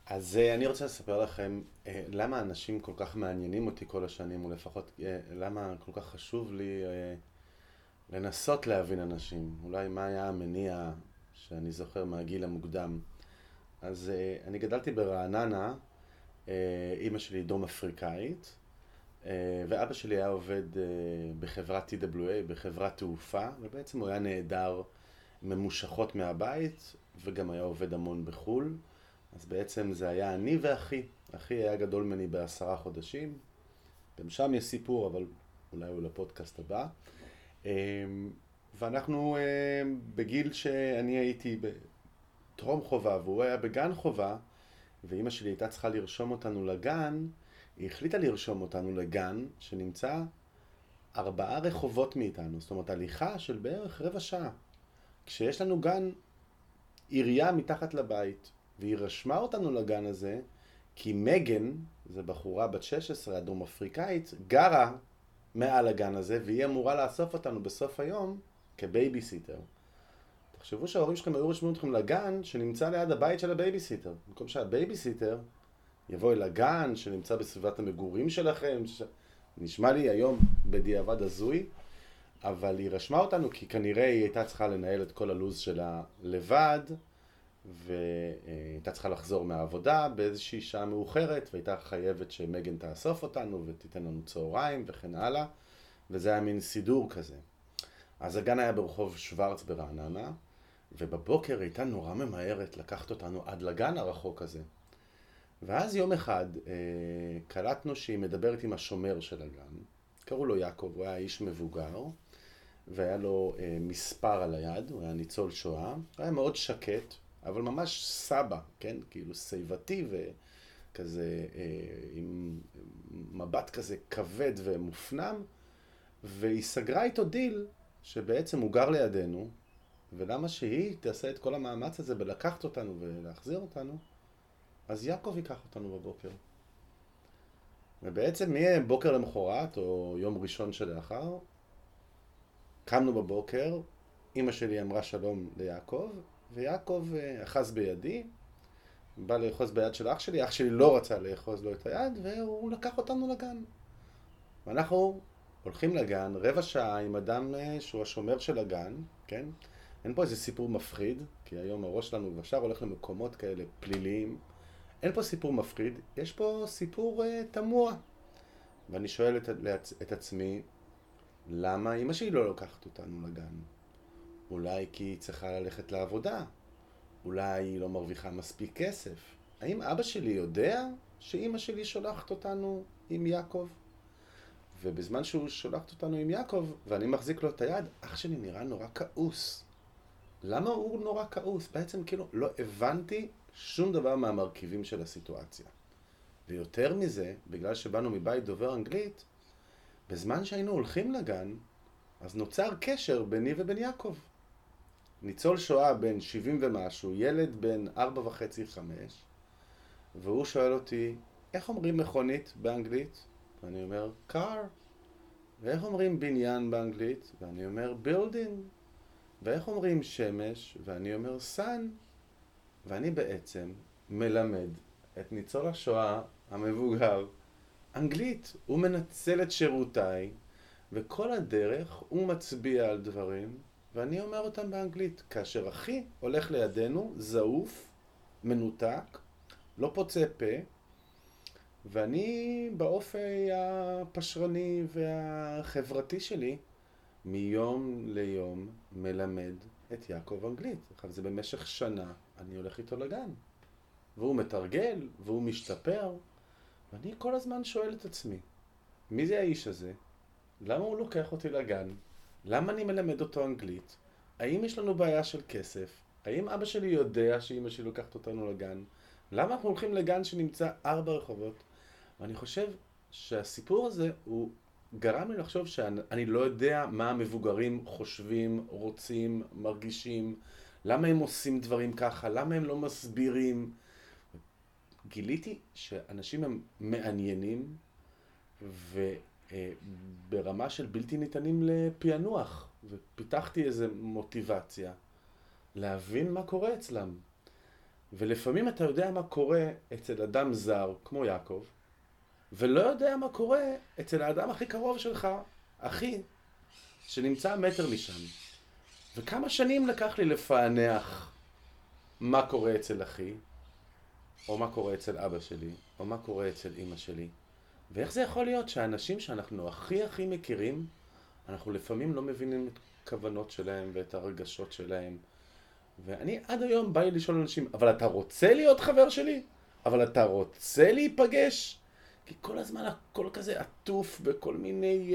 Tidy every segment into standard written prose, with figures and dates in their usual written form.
אז אני רוצה לספר לכם למה אנשים כל כך מעניינים אותי כל השנים, ולפחות למה כל כך חשוב לי לנסות להבין אנשים. אולי מה היה המניע שאני זוכר מהגיל המוקדם. אז אני גדלתי ברעננה, אימא שלי דרום אפריקאית, ואבא שלי היה עובד בחברת TWA, בחברת תעופה, ובעצם הוא היה נעדר ממושכות מהבית, וגם היה עובד המון בחו"ל. אז בעצם זה היה אני ואחי. אחי היה גדול ממני ב10 חודשים. גם שם יש סיפור, אבל אולי הוא לפודקאסט הבא. ואנחנו בגיל שאני הייתי בטרום חובה, והוא היה בגן חובה, ואימא שלי הייתה צריכה לרשום אותנו לגן, היא החליטה לרשום אותנו לגן שנמצא 4 רחובות מאיתנו. זאת אומרת, הליכה של בערך רבע שעה. כשיש לנו גן עירייה מתחת לבית. והיא רשמה אותנו לגן הזה, כי מגן, זו בחורה בת 16, הדרום אפריקאית, גרה מעל הגן הזה, והיא אמורה לאסוף אותנו בסוף היום כבייביסיטר. תחשבו שההורים שלכם היו רשמו אתכם לגן שנמצא ליד הבית של הבייביסיטר. במקום שהבייביסיטר יבוא אל הגן שנמצא בסביבת המגורים שלכם, נשמע לי היום בדיעבד הזוי, אבל היא רשמה אותנו כי כנראה היא הייתה צריכה לנהל את כל הלוז שלה לבד, והייתה צריכה לחזור מהעבודה באיזושהי שעה מאוחרת, והייתה חייבת שמגן תאסוף אותנו ותיתן לנו צהריים וכן הלאה, וזה היה מין סידור כזה. אז הגן היה ברחוב שוורץ ברעננה, ובבוקר הייתה נורא ממהרת לקחת אותנו עד לגן הרחוק הזה. ואז יום אחד קלטנו שהיא מדברת עם השומר של הגן, קראו לו יעקב, הוא היה איש מבוגר, והיה לו מספר על היד, הוא היה ניצול שואה, הוא היה מאוד שקט, אבל ממש סבא, כן? כאילו סייבתי וכזה, עם מבט כזה כבד ומופנם, והיא סגרה איתו דיל שבעצם הוא גר לידינו, ולמה שהיא תעשה את כל המאמץ הזה בלקחת אותנו ולהחזיר אותנו, אז יעקב ייקח אותנו בבוקר. ובעצם מבוקר למחרת, או יום ראשון שלאחר, קמנו בבוקר, אמא שלי אמרה שלום ליעקב, ויעקב אחז בידי, בא לאחוז ביד של אח שלי, אח שלי לא רצה לאחוז לו את היד, והוא לקח אותנו לגן. ואנחנו הולכים לגן, רבע שעה עם אדם שהוא השומר של הגן, כן? אין פה איזה סיפור מפחיד, כי היום הראש שלנו בשאר הולך למקומות כאלה פליליים. אין פה סיפור מפחיד, יש פה סיפור תמוה. ואני שואל את עצמי, למה אמא שלי לא לוקחת אותנו לגן? אולי כי היא צריכה ללכת לעבודה. אולי היא לא מרוויחה מספיק כסף. האם אבא שלי יודע שאמא שלי שולחת אותנו עם יעקב? ובזמן שהוא שולחת אותנו עם יעקב, ואני מחזיק לו את היד, אח שלי נראה נורא כעוס. למה הוא נורא כעוס? בעצם כאילו לא הבנתי שום דבר מהמרכיבים של הסיטואציה. ויותר מזה, בגלל שבאנו מבית דובר אנגלית, בזמן שהיינו הולכים לגן, אז נוצר קשר ביני ובין יעקב. ניצול שואה בן 70 ומשהו, ילד בן 4.5-5, והוא שואל אותי, איך אומרים מכונית באנגלית? ואני אומר, car. ואיך אומרים בניין באנגלית? ואני אומר, building. ואיך אומרים שמש? ואני אומר, sun. ואני בעצם מלמד את ניצול השואה המבוגר אנגלית. הוא מנצל את שירותיי, וכל הדרך הוא מצביע על דברים, ואני אומר אותם באנגלית. כאשר אחי הולך לידינו, זעוף, מנותק, לא פוצה פה, ואני באופי הפשרני והחברתי שלי, מיום ליום מלמד את יעקב אנגלית. עכשיו זה במשך שנה, אני הולך איתו לגן. והוא מתרגל, והוא משתפר, ואני כל הזמן שואל את עצמי, מי זה האיש הזה? למה הוא לוקח אותי לגן? למה אני מלמד אותו אנגלית? האם יש לנו בעיה של כסף? האם אבא שלי יודע שאמא שלי לוקחת אותנו לגן? למה אנחנו הולכים לגן שנמצא 4 רחובות? ואני חושב שהסיפור הזה הוא גרם לי לחשוב שאני לא יודע מה המבוגרים חושבים, רוצים, מרגישים, למה הם עושים דברים ככה, למה הם לא מסבירים. גיליתי שאנשים הם מעניינים וברמה של בלתי ניתנים לפענוח, ופיתחתי איזו מוטיבציה להבין מה קורה אצלם. ולפעמים אתה יודע מה קורה אצל אדם זר, כמו יעקב, ולא יודע מה קורה אצל האדם הכי קרוב שלך, אחי, שנמצא מטר משם. וכמה שנים לקח לי לפענח מה קורה אצל אחי, או מה קורה אצל אבא שלי, או מה קורה אצל אמא שלי. ואיך זה יכול להיות שהאנשים שאנחנו הכי מכירים, אנחנו לפעמים לא מבינים את הכוונות שלהם ואת הרגשות שלהם. ואני עד היום בא לי לשאול אנשים, אבל אתה רוצה להיות חבר שלי? אבל אתה רוצה להיפגש? כי כל הזמן הכל כזה עטוף בכל מיני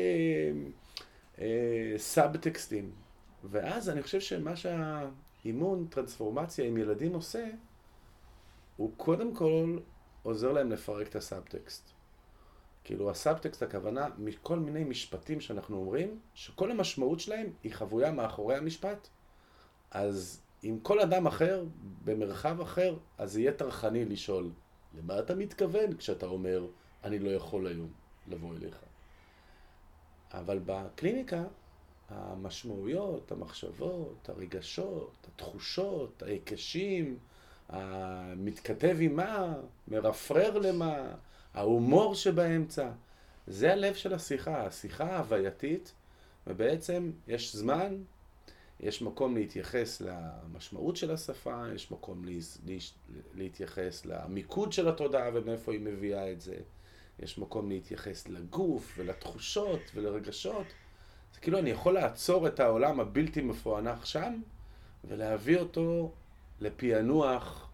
סאב-טקסטים. ואז אני חושב שמה שהאימון, טרנספורמציה עם ילדים עושה, הוא קודם כל עוזר להם לפרק את הסאב-טקסט. כאילו הסאב-טקסט הכוונה מכל מיני משפטים שאנחנו אומרים, שכל המשמעות שלהם היא חבויה מאחורי המשפט. אז עם כל אדם אחר, במרחב אחר, אז יהיה טרחני לשאול, למה אתה מתכוון כשאתה אומר, אני לא יכול היום לבוא אליך? אבל בקליניקה, המשמעויות, המחשבות, הרגשות, התחושות, ההיקשים, המתכתב עם מה, מרפרר למה, ההומור שבאמצע, זה הלב של השיחה, השיחה ההווייתית, ובעצם יש זמן, יש מקום להתייחס למשמעות של השפה, יש מקום להתייחס למיקוד של התודעה ומאיפה היא מביאה את זה, יש מקום להתייחס לגוף ולתחושות ולרגשות. זה כאילו אני יכול לעצור את העולם הבלתי מפוענח שם, ולהביא אותו לפענוח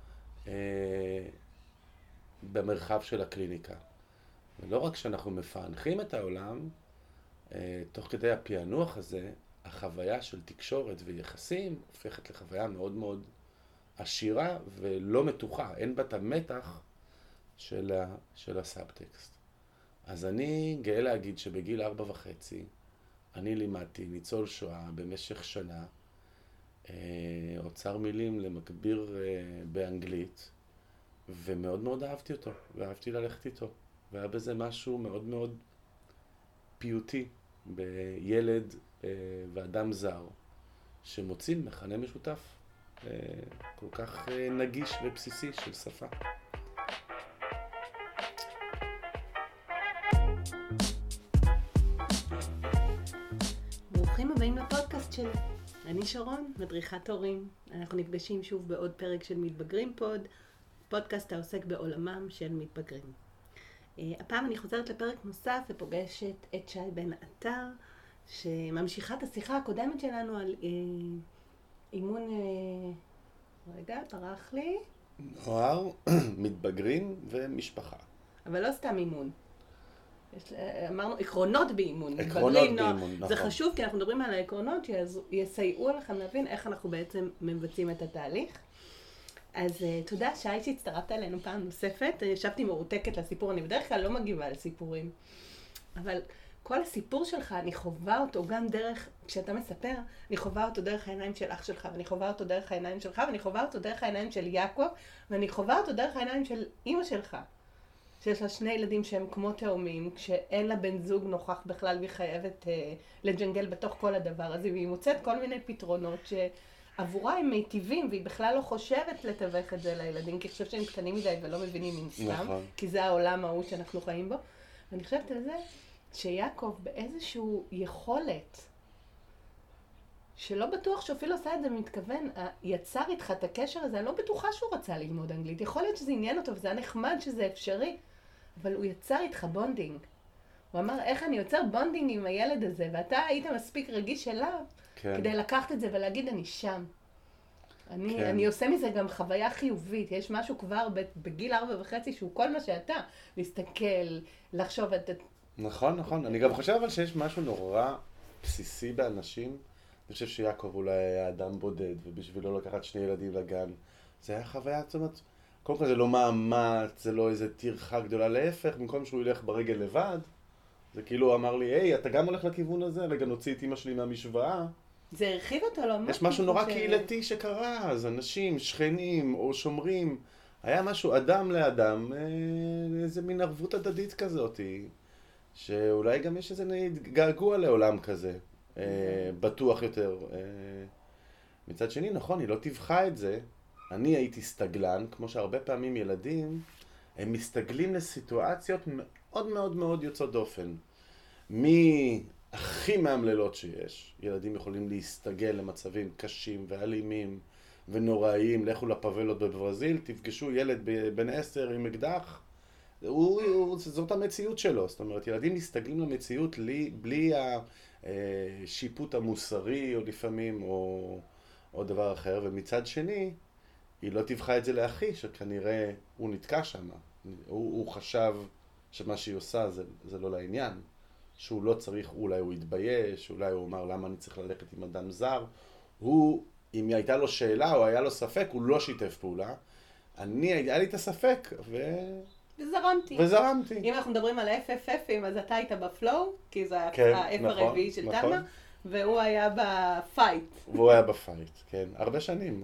במרחב של הקליניקה. ולא רק שאנחנו מפענחים את העולם, תוך כדי הפענוח הזה, החוויה של תקשורת ויחסים הופכת לחוויה מאוד מאוד עשירה ולא מתוחה. אין בה את המתח של הסאבטקסט. אז אני גאה להגיד שבגיל 4.5, אני לימדתי ניצול שואה במשך שנה, אוצר מילים למגביר באנגלית, ומאוד מאוד אהבתי אותו, ואהבתי ללכת איתו. והיה בזה משהו מאוד מאוד פיוטי בילד ואדם זר, שמוצאים מכנה משותף כל כך נגיש ובסיסי של שפה. ברוכים הבאים לפודקאסט שלי. אני שרון, מדריכת הורים. אנחנו נפגשים שוב בעוד פרק של מתבגרים פודקאסט העוסק בעולמם של מתבגרים. הפעם אני חוזרת לפרק נוסף ופוגשת את שי בן עטר, שממשיכה את השיחה הקודמת שלנו על אימון, ברח לי. נוער, מתבגרים ומשפחה. אבל לא סתם אימון. אמרנו עקרונות באימון. עקרונות באימון, נכון. זה חשוב כי אנחנו מדברים על העקרונות שיסייעו לכם להבין איך אנחנו בעצם מבצעים את התהליך. אז תודה שי שהצטרפת אלינו פעם נוספת. ישבתי מרותקת לסיפור, אני בדרך כלל לא מגיבה על סיפורים. אבל כל הסיפור שלך, אני חווה אותו גם דרך, כשאתה מספר, אני חווה אותו דרך העיניים של אח שלך, ואני חווה אותו דרך העיניים שלך, ואני חווה אותו דרך העיניים של יעקב, ואני חווה אותו דרך העיניים של אמא שלך. שיש לה שני ילדים שהם כמו תאומים, כשאין לה בן זוג נוכח בכלל והיא חייבת לג'נגל בתוך כל הדבר הזה, והיא מוצאת כל מיני פתרונות שעבורה הם מיטיבים, והיא בכלל לא חושבת לתווך את זה לילדים, כי חושבת שהם קטנים מדי ולא מבינים מן סתם, נכון. כי זה העולם ההוא שאנחנו חיים בו. ואני חושבת על זה שיעקב באיזשהו יכולת, שלא בטוח שאפילו עשה את זה מתכוון, יצר איתך את הקשר הזה, אני לא בטוחה שהוא רצה ללמוד אנגלית, יכול להיות שזה עניין אותו וזה היה נחמד שזה אפשרי, אבל הוא יצר איתך בונדינג. הוא אמר, איך אני יוצר בונדינג עם הילד הזה, ואתה היית מספיק רגיש אליו, כן. כדי לקחת את זה ולהגיד, אני שם. כן. אני עושה מזה גם חוויה חיובית, יש משהו כבר בגיל 4.5 שהוא כל מה שאתה, להסתכל, לחשוב את... נכון, נכון. אני גם חושב אבל שיש משהו נורא בסיסי באנשים. אני חושב שיעקב אולי היה אדם בודד, ובשבילו לקחת שני ילדים לגן. זה היה חוויה, זאת אומרת, קודם כל זה לא מאמץ, זה לא איזה טרחה גדולה, להפך, במקום שהוא ילך ברגל לבד, זה כאילו הוא אמר לי, היי, אתה גם הולך לכיוון הזה, רגע נוציא את אמא שלי מהמשוואה. זה הרחיב אותו, לא? יש משהו נורא קהילתי שקרה, אז אנשים, שכנים או שומרים, היה משהו אדם לאדם, איזה מין ערבות הדדית כזאת, שאולי גם יש איזה געגוע לעולם כזה, בטוח יותר. מצד שני, נכון, היא לא תבחה את זה, אני הייתי סטגלן, כמו שהרבה פעמים ילדים, הם מסתגלים לסיטואציות מאוד מאוד מאוד יוצאות דופן. הכי מאמללות שיש, ילדים יכולים להסתגל למצבים קשים ואלימים ונוראיים. לכו לפאבלות בברזיל, תפגשו ילד בן 10 עם אקדח, זאת המציאות שלו. זאת אומרת, ילדים מסתגלים למציאות בלי השיפוט המוסרי או לפעמים או דבר אחר, ומצד שני היא לא תבחה את זה לאחי, שכנראה הוא נתקע שם. הוא חשב שמה שהיא עושה זה לא לעניין, שהוא לא צריך, אולי הוא יתבייש, אולי הוא אמר למה אני צריך ללכת עם אדם זר. אם הייתה לו שאלה או היה לו ספק, הוא לא שיתף פעולה. היה לי את הספק וזרמתי. אם אנחנו מדברים על FFFים, אז אתה היית בפלואו, כי זה היה כן, ה-F נכון, הרביעי של נכון. תמה, והוא היה בפייט. והוא היה בפייט, כן. הרבה שנים.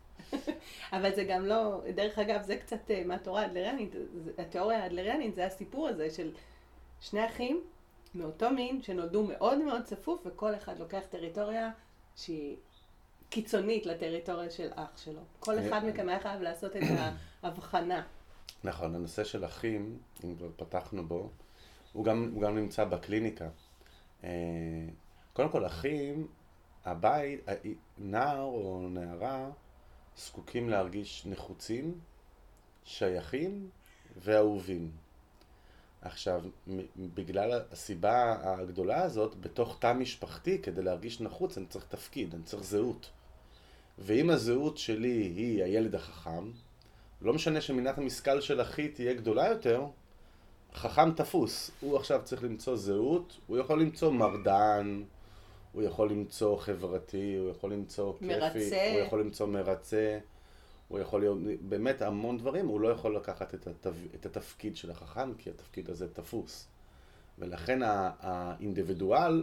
אבל זה גם לא, דרך אגב, זה קצת מהתורה האדלריאנית, התיאוריה האדלריאנית זה הסיפור הזה של שני אחים מאותו מין שנולדו מאוד מאוד צפוף, וכל אחד לוקח טריטוריה שהיא קיצונית לטריטוריה של אח שלו. כל אחד מכם היה חייב לעשות את ההבחנה. נכון, הנושא של אחים, אם כבר פתחנו בו, הוא גם נמצא בקליניקה. קודם כל, אחים, הבית, נער או נערה, זקוקים להרגיש נחוצים, שייכים ואהובים. עכשיו, בגלל הסיבה הגדולה הזאת, בתוך תא משפחתי, כדי להרגיש נחוץ, אני צריך תפקיד, אני צריך זהות. ואם הזהות שלי היא הילד החכם, לא משנה שמינת המשכל של אחי תהיה גדולה יותר, חכם תפוס. הוא עכשיו צריך למצוא זהות, הוא יכול למצוא מרדן, הוא יכול למצוא חברתי, הוא יכול למצוא כיפי, הוא יכול למצוא מרצה, הוא יכול להיות באמת המון דברים, הוא לא יכול לקחת את התפקיד של החכם, כי התפקיד הזה תפוס. ולכן האינדיבידואל,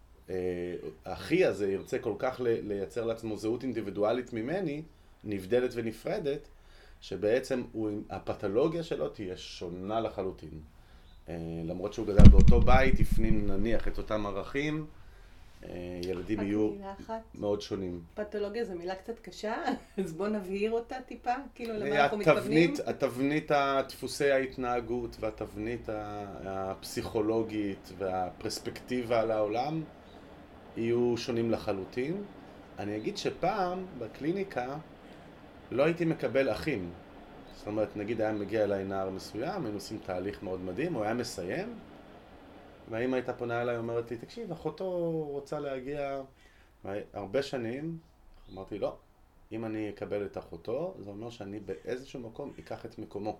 האחי הזה ירצה כל כך לייצר לעצמו זהות אינדיבידואלית ממני, נבדלת ונפרדת, שבעצם הפתולוגיה שלו תהיה שונה לחלוטין. למרות שהוא גדל באותו בית, הפנים נניח את אותם ערכים, ילדים יהיו מאוד שונים. פתולוגיה זו מילה קצת קשה, אז בוא נבהיר אותה טיפה, כאילו למה אנחנו מתכוונים. התבנית דפוסי ההתנהגות והתבנית הפסיכולוגית והפרספקטיבה על העולם יהיו שונים לחלוטין. אני אגיד שפעם בקליניקה לא הייתי מקבל אחים. זאת אומרת, נגיד היה מגיע אליי נער מסוים, היינו עושים תהליך מאוד מדהים, הוא היה מסיים, והאמא הייתה פונה אליי, אומרת לי, תקשיב, אחותו רוצה להגיע הרבה שנים. אמרתי, לא, אם אני אקבל את אחותו, זה אומר שאני באיזשהו מקום אקח את מקומו.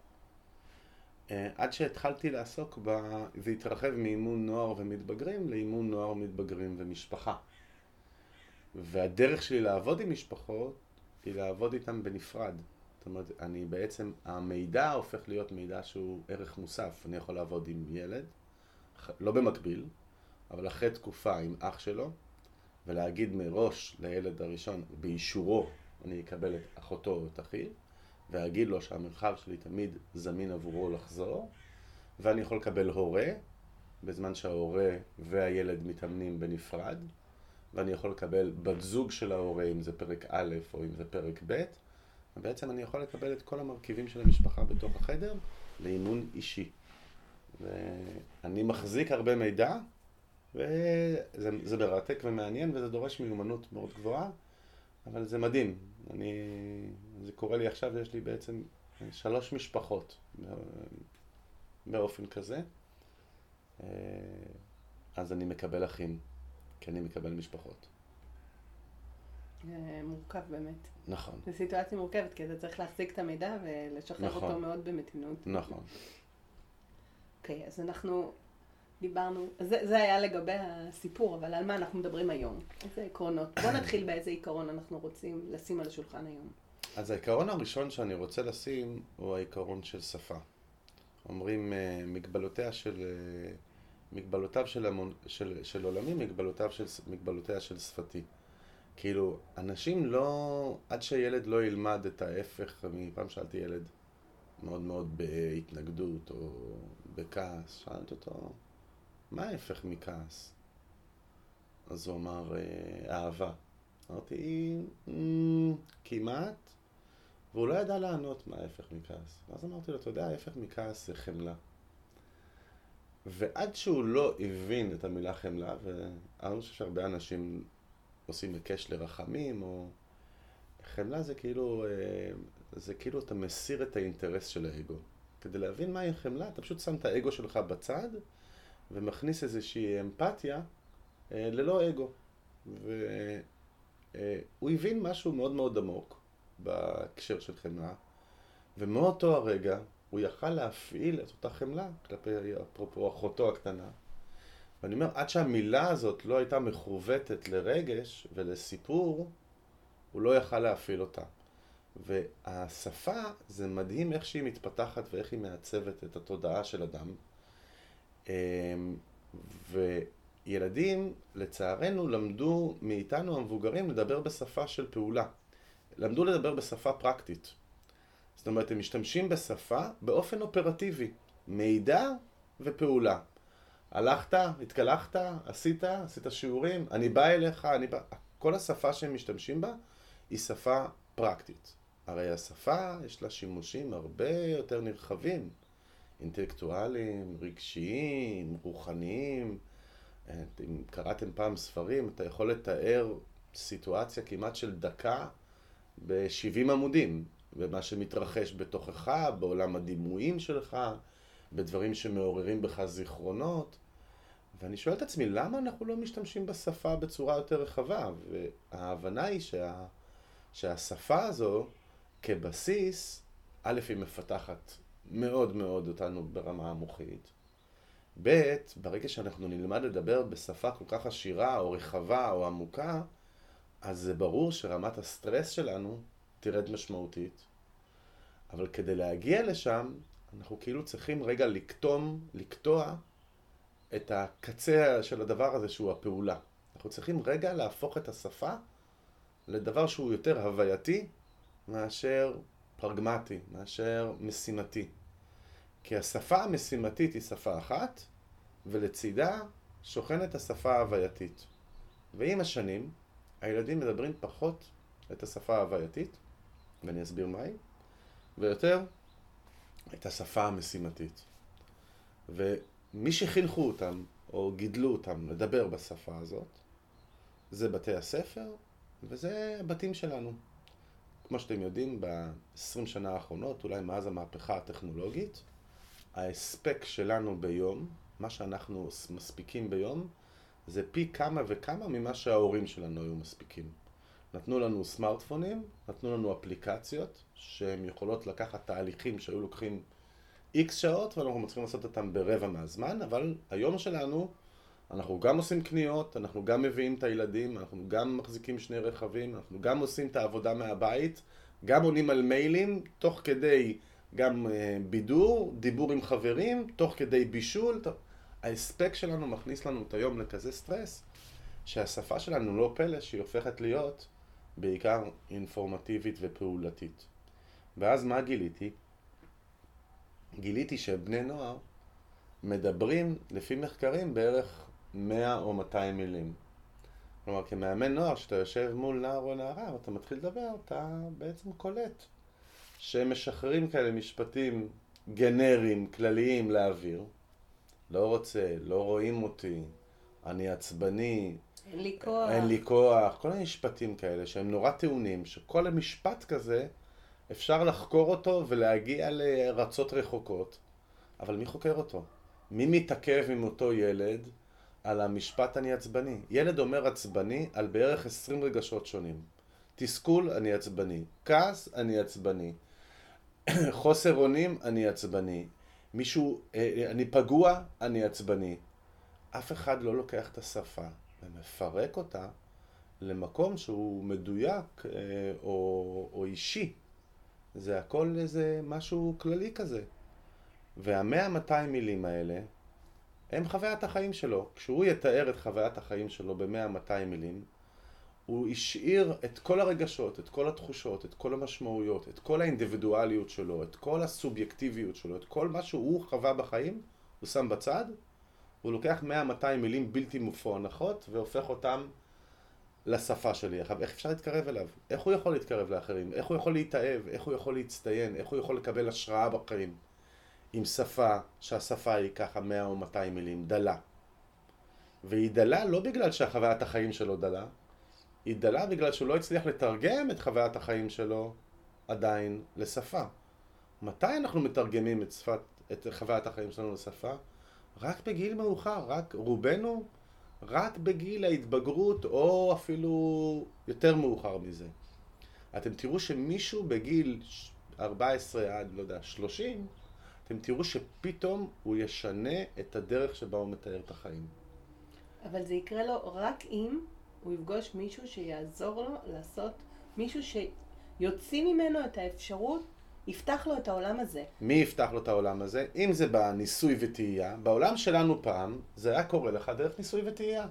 עד שהתחלתי לעסוק זה התרחב מאימון נוער ומתבגרים לאימון נוער ומתבגרים ומשפחה. והדרך שלי לעבוד עם משפחות היא לעבוד איתם בנפרד. זאת אומרת, המידע הופך להיות מידע שהוא ערך מוסף. אני יכול לעבוד עם ילד, לא במקביל, אבל אחרי תקופה עם אח שלו, ולהגיד מראש לילד הראשון, באישורו, אני אקבל את אחותו או את אחיו, ואגיד לו שהמרחב שלי תמיד זמין עבורו לחזור, ואני יכול לקבל הורה, בזמן שההורה והילד מתאמנים בנפרד, ואני יכול לקבל בת זוג של ההורה, אם זה פרק א' או אם זה פרק ב', ובעצם אני יכול לקבל את כל המרכיבים של המשפחה בתוך החדר לאימון אישי. ואני מחזיק הרבה מידע, וזה מרתק ומעניין, וזה דורש מיומנות מאוד גבוהה, אבל זה מדהים. זה קורה לי עכשיו, יש לי בעצם 3 משפחות באופן כזה, אז אני מקבל אחים, כי אני מקבל משפחות. מורכב באמת. נכון. זו סיטואציה מורכבת, כי אתה צריך להחזיק את המידע ולשחרר נכון. אותו מאוד במתינות. נכון. אוקיי, אז אנחנו דיברנו, זה היה לגבי הסיפור, אבל על מה אנחנו מדברים היום? איזה עקרונות? בוא נתחיל באיזה עיקרון אנחנו רוצים לשים על השולחן היום. אז העיקרון הראשון שאני רוצה לשים הוא העיקרון של שפה. אומרים מגבלותיו של עולמי, מגבלותיה של שפתי. כאילו, אנשים לא, עד שילד לא ילמד את ההפך, פעם שאלתי ילד מאוד מאוד בהתנגדות או בכעס, שאלתי אותו, מה ההפך מכעס? אז הוא אמר, אהבה. אמרתי, כמעט, והוא לא ידע לענות מה ההפך מכעס. ואז אמרתי לו, אתה יודע, ההפך מכעס זה חמלה. ועד שהוא לא הבין את המילה חמלה, ואני חושב שהרבה אנשים עושים היקש לרחמים, או חמלה זה כאילו אתה מסיר את האינטרס של האגו. כדי להבין מהי חמלה, אתה פשוט שם את האגו שלך בצד, ומכניס איזושהי אמפתיה ללא אגו. והוא הבין משהו מאוד מאוד עמוק בהקשר של חמלה, ומאותו הרגע הוא יכל להפעיל את אותה חמלה כלפי אפרופו אחותו הקטנה. ואני אומר, עד שהמילה הזאת לא הייתה מכוותת לרגש ולסיפור, הוא לא יכל להפעיל אותה. והשפה, זה מדהים איך שהיא מתפתחת ואיך היא מעצבת את התודעה של אדם. וילדים, לצערנו, למדו מאיתנו המבוגרים לדבר בשפה של פעולה. למדו לדבר בשפה פרקטית. זאת אומרת, הם משתמשים בשפה באופן אופרטיבי. מידע ופעולה. הלכת, התקלחת, עשית שיעורים, אני בא אליך, כל השפה שהם משתמשים בה היא שפה פרקטית. הרי השפה יש לה שימושים הרבה יותר נרחבים. אינטלקטואליים, רגשיים, רוחניים. אם קראתם פעם ספרים, אתה יכול לתאר סיטואציה כמעט של דקה ב-70 עמודים. במה שמתרחש בתוכך, בעולם הדימויים שלך, בדברים שמעוררים בך זיכרונות. ואני שואל את עצמי, למה אנחנו לא משתמשים בשפה בצורה יותר רחבה? וההבנה היא שהשפה הזו, כבסיס, א', היא מפתחת מאוד מאוד אותנו ברמה המוחית. ב', ברגע שאנחנו נלמד לדבר בשפה כל כך עשירה, או רחבה, או עמוקה, אז זה ברור שרמת הסטרס שלנו תרד משמעותית. אבל כדי להגיע לשם, אנחנו כאילו צריכים רגע לקטוע את הקצה של הדבר הזה שהוא הפעולה. אנחנו צריכים רגע להפוך את השפה לדבר שהוא יותר הווייתי מאשר פרגמטי, מאשר משימתי. כי השפה המשימתית היא שפה אחת, ולצידה שוכנת השפה ההווייתית. ועם השנים, הילדים מדברים פחות את השפה ההווייתית, ואני אסביר מהי, ויותר את השפה המשימתית. ומי שחינכו אותם, או גידלו אותם לדבר בשפה הזאת, זה בתי הספר, וזה הבתים שלנו. כמו שאתם יודעים, ב-20 שנה האחרונות, אולי מאז המהפכה הטכנולוגית, ההספק שלנו ביום, מה שאנחנו מספיקים ביום, זה פי כמה וכמה ממה שההורים שלנו היו מספיקים. נתנו לנו סמארטפונים, נתנו לנו אפליקציות, שהן יכולות לקחת תהליכים שהיו לוקחים X שעות, ואנחנו מצליחים לעשות אותם ברבע מהזמן, אבל היום שלנו, אנחנו גם עושים קניות, אנחנו גם מביאים את הילדים, אנחנו גם מחזיקים שני רכבים, אנחנו גם עושים את העבודה מהבית, גם עונים על מיילים, תוך כדי גם בידור, דיבור עם חברים, תוך כדי בישול. ההספק שלנו מכניס לנו את היום לכזה סטרס, שהשפה שלנו לא פלא שהיא הופכת להיות בעיקר אינפורמטיבית ופעולתית. ואז מה גיליתי? גיליתי שבני נוער מדברים לפי מחקרים בערך 100 או 200 מילים. כלומר, כמאמן נוער, שאתה יושב מול נער או נערה ואתה מתחיל לדבר, אתה בעצם קולט שהם משחררים כאלה משפטים גנריים, כלליים לאוויר. לא רוצה, לא רואים אותי, אני עצבני, אין לי כוח, כל המשפטים כאלה שהם נורא טעונים, שכל המשפט כזה אפשר לחקור אותו ולהגיע לרצות רחוקות, אבל מי חוקר אותו? מי מתעכב עם אותו ילד על המשפט אני עצבני? ילד אומר עצבני על בערך 20 רגשות שונים. תסכול, אני עצבני. כעס, אני עצבני. חוסר אונים, אני עצבני. מישהו, אני פגוע, אני עצבני. אף אחד לא לוקח את השפה ומפרק אותה למקום שהוא מדויק או אישי. זה הכל איזה משהו כללי כזה. וה-100-200 מילים האלה הם חוויית החיים שלו. כשהוא יתאר את חוויית החיים שלו ב-100-200 מילים, הוא השאיר את כל הרגשות, את כל התחושות, את כל המשמעויות, את כל האינדיבידואליות שלו, את כל הסובייקטיביות שלו, את כל מה שהוא חווה בחיים, הוא שם בצד, הוא לוקח 100-200 מילים בלתי מפוענחות והופך אותם לשפה שלי. איך אפשר להתקרב אליו? איך הוא יכול להתקרב לאחרים? איך הוא יכול להתאהב? איך הוא יכול להצטיין? איך הוא יכול לקבל השראה בחיים? עם שפה, שהשפה היא ככה 100 או 200 מילים, דלה. והיא דלה לא בגלל שהחוויית החיים שלו דלה, היא דלה בגלל שהוא לא הצליח לתרגם את חוויית החיים שלו עדיין לשפה. מתי אנחנו מתרגמים את חוויית החיים שלנו לשפה? רק בגיל מאוחר, רובנו רק בגיל ההתבגרות או אפילו יותר מאוחר מזה. אתם תראו שמישהו בגיל 14 עד, לא יודע, 30, אתם תראו שפתאום הוא ישנה את הדרך שבה הוא מתאר את החיים. אבל זה יקרה לו רק אם הוא יפגוש מישהו שיעזור לו לעשות, מישהו שיוציא ממנו את האפשרות, יפתח לו את העולם הזה. מי יפתח לו את העולם הזה? אם זה בניסוי וטעייה, בעולם שלנו פעם, זה היה קורה לך דרך ניסוי וטעייה.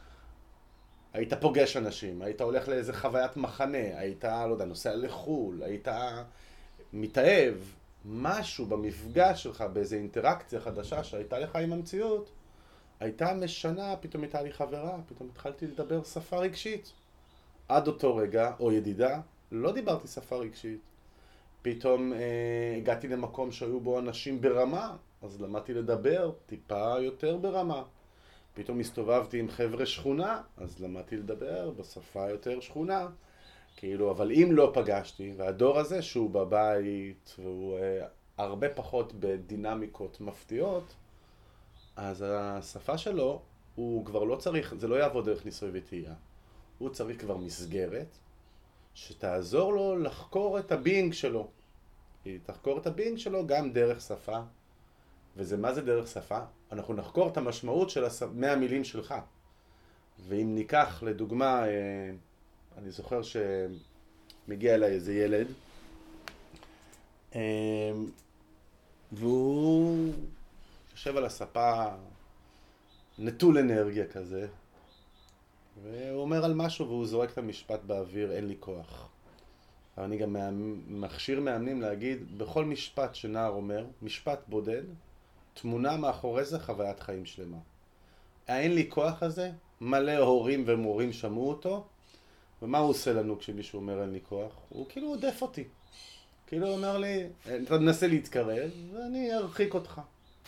היית פוגש אנשים, היית הולך לאיזה חוויית מחנה, היית, לא יודע, נוסע לחול, היית מתאהב, משהו במפגש שלך, באיזו אינטראקציה חדשה שהייתה לך עם המציאות, הייתה משנה, פתאום הייתה לי חברה, פתאום התחלתי לדבר שפה רגשית. עד אותו רגע, או ידידה, לא דיברתי שפה רגשית. פתאום הגעתי למקום שהיו בו אנשים ברמה, אז למדתי לדבר טיפה יותר ברמה. פתאום הסתובבתי עם חבר'ה שכונה, אז למדתי לדבר בשפה יותר שכונה. כאילו, אבל אם לא פגשתי, והדור הזה שהוא בבית, והוא הרבה פחות בדינמיקות מפתיעות, אז השפה שלו, הוא כבר לא צריך, זה לא יעבוד דרך ניסוי וטעייה. הוא צריך כבר מסגרת שתעזור לו לחקור את הבינג שלו. היא תחקור את הבינג שלו גם דרך שפה. וזה מה זה דרך שפה? אנחנו נחקור את המשמעות של 100 מילים שלך. ואם ניקח לדוגמה, אני זוכר שמגיע אליי איזה ילד, והוא יושב על הספה נטול אנרגיה כזה, והוא אומר על משהו והוא זורק את המשפט באוויר, אין לי כוח. אבל אני גם מכשיר מאמנים להגיד, בכל משפט שנער אומר, משפט בודד, תמונה מאחורי זה חוויית חיים שלמה. האין לי כוח הזה, מלא הורים ומורים שמעו אותו, ומה הוא עושה לנו כשמישהו אומר אין לי כוח? הוא כאילו עודף אותי. כאילו הוא אומר לי, אתה מנסה להתקרב, ואני ארחיק אותך.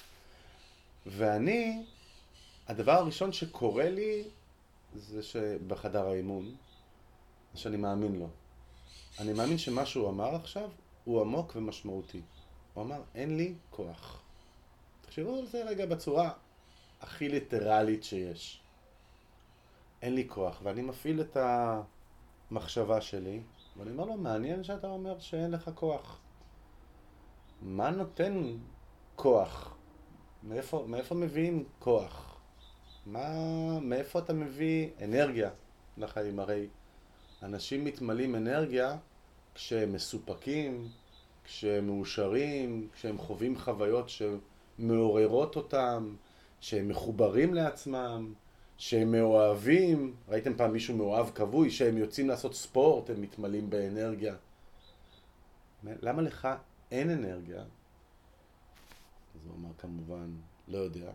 ואני, הדבר הראשון שקורה לי, זה שבחדר האימון, זה שאני מאמין לו. אני מאמין שמה שהוא אמר עכשיו, הוא עמוק ומשמעותי. הוא אמר, אין לי כוח. תחשבו על זה רגע בצורה הכי ליטרלית שיש. אין לי כוח, ואני מפעיל את המחשבה שלי, ואני אומר לו, מעניין שאתה אומר שאין לך כוח. מה נותן כוח? מאיפה מביאים כוח? מאיפה אתה מביא אנרגיה לחיים? הרי אנשים מתמלאים אנרגיה כשהם מסופקים, כשהם מאושרים, כשהם חווים חוויות שמעוררות אותם, שהם מחוברים לעצמם, שהם מאוהבים. ראיתם פעם מישהו מאוהב כבוי, שהם יוצאים לעשות ספורט, הם מתמלאים באנרגיה. למה לך אין אנרגיה? אז הוא אמר כמובן, לא יודע.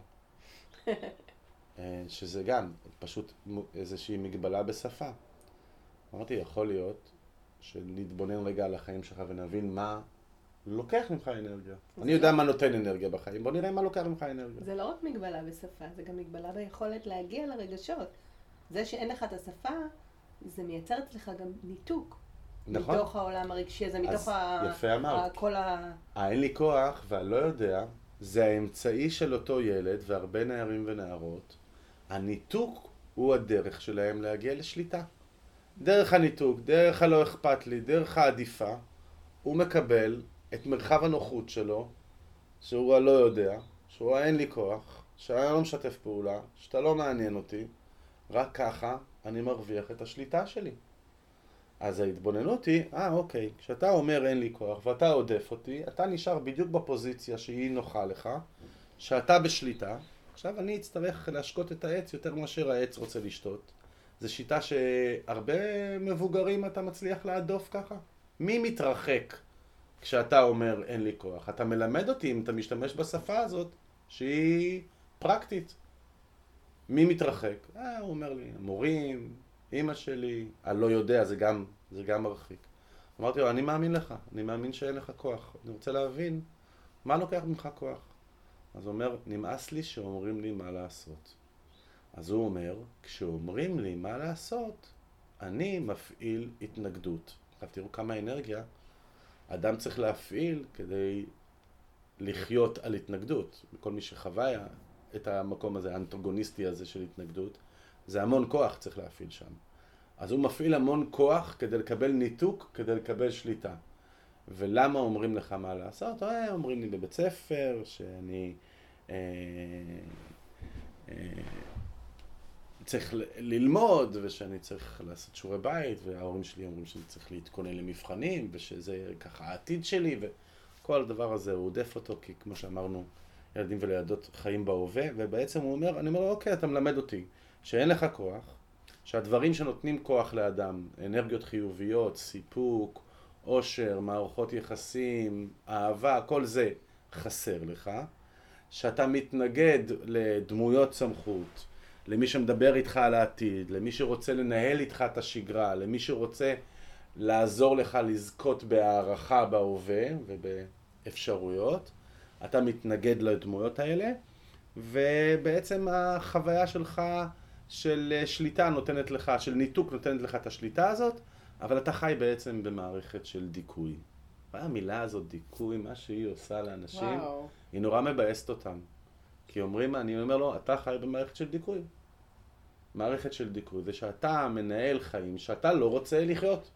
שזה גם פשוט איזושהי מגבלה בשפה. אמרתי, יכול להיות שנתבונן רגע על החיים שלך ונבין מה לוקח ממך אנרגיה. אני יודע מה נותן אנרגיה בחיים, בוא נראה מה לוקח ממך אנרגיה. זה לא רק מגבלה בשפה, זה גם מגבלה ביכולת להגיע לרגשות. זה שאין לך את השפה, זה מייצר אצלך גם ניתוק. נכון. מתוך העולם הרגשי, זה מתוך יפה אמרת. אין לי כוח והלא יודע, זה האמצעי של אותו ילד והרבה נערים ונערות. הניתוק הוא הדרך שלהם להגיע לשליטה. דרך הניתוק, דרך הלא אכפת לי, דרך העדיפה, הוא מקבל את מרחב הנוחות שלו, שהוא הלא יודע, שהוא אין לי כוח, שאני לא משתף פעולה, שאתה לא מעניין אותי, רק ככה אני מרוויח את השליטה שלי. אז ההתבוננות היא, אוקיי, כשאתה אומר אין לי כוח ואתה עודף אותי, אתה נשאר בדיוק בפוזיציה שהיא נוחה לך, שאתה בשליטה. עכשיו אני אצטרך להשקות את העץ יותר מאשר העץ רוצה לשתות. זו שיטה שהרבה מבוגרים אתה מצליח להדוף ככה. מי מתרחק כשאתה אומר אין לי כוח? אתה מלמד אותי אם אתה משתמש בשפה הזאת שהיא פרקטית. מי מתרחק? הוא אומר לי, המורים, אמא שלי, הלא יודע, זה גם מרחיק. אמרתי לו, אני מאמין לך, אני מאמין שאין לך כוח. אני רוצה להבין, מה לוקח ממך כוח? אז הוא אומר, נמאס לי שאומרים לי מה לעשות. אז הוא אומר, כשאומרים לי מה לעשות, אני מפעיל התנגדות. עכשיו תראו כמה אנרגיה אדם צריך להפעיל כדי לחיות על התנגדות. כל מי שחווה את המקום הזה, האנטגוניסטי הזה של התנגדות, זה המון כוח צריך להפעיל שם. אז הוא מפעיל המון כוח כדי לקבל ניתוק, כדי לקבל שליטה. ולמה אומרים לך מה לעשות? אומרים לי בבית ספר שאני צריך ללמוד, ושאני צריך לעשות שיעורי בית, וההורים שלי אומרים שאני צריך להתכונן למבחנים, ושזה ככה העתיד שלי, וכל הדבר הזה הוא עודף אותו, כי כמו שאמרנו, ילדים וילדות חיים בהווה, ובעצם הוא אומר, אני אומר לו, אוקיי, אתה מלמד אותי, שאין לך כוח, שהדברים שנותנים כוח לאדם, אנרגיות חיוביות, סיפוק, עושר, מערכות יחסים, אהבה, כל זה חסר לך, שאתה מתנגד לדמויות סמכות, למי שמדבר איתך על העתיד, למי שרוצה לנהל איתך את השגרה, למי שרוצה לעזור לך לזכות בהערכה בהווה ובאפשרויות, אתה מתנגד לדמויות האלה, ובעצם החוויה שלך של שליטה נותנת לך, של ניתוק נותנת לך את השליטה הזאת, אבל אתה חי בעצם במערכת של דיכוי. המילה הזאת, דיכוי, מה שהיא עושה לאנשים, וואו. היא נורא מבאסת אותם. כי אומרים, אני אומר לו, אתה חי במערכת של דיכוי. מערכת של דיכוי זה שאתה מנהל חיים שאתה לא רוצה לחיות.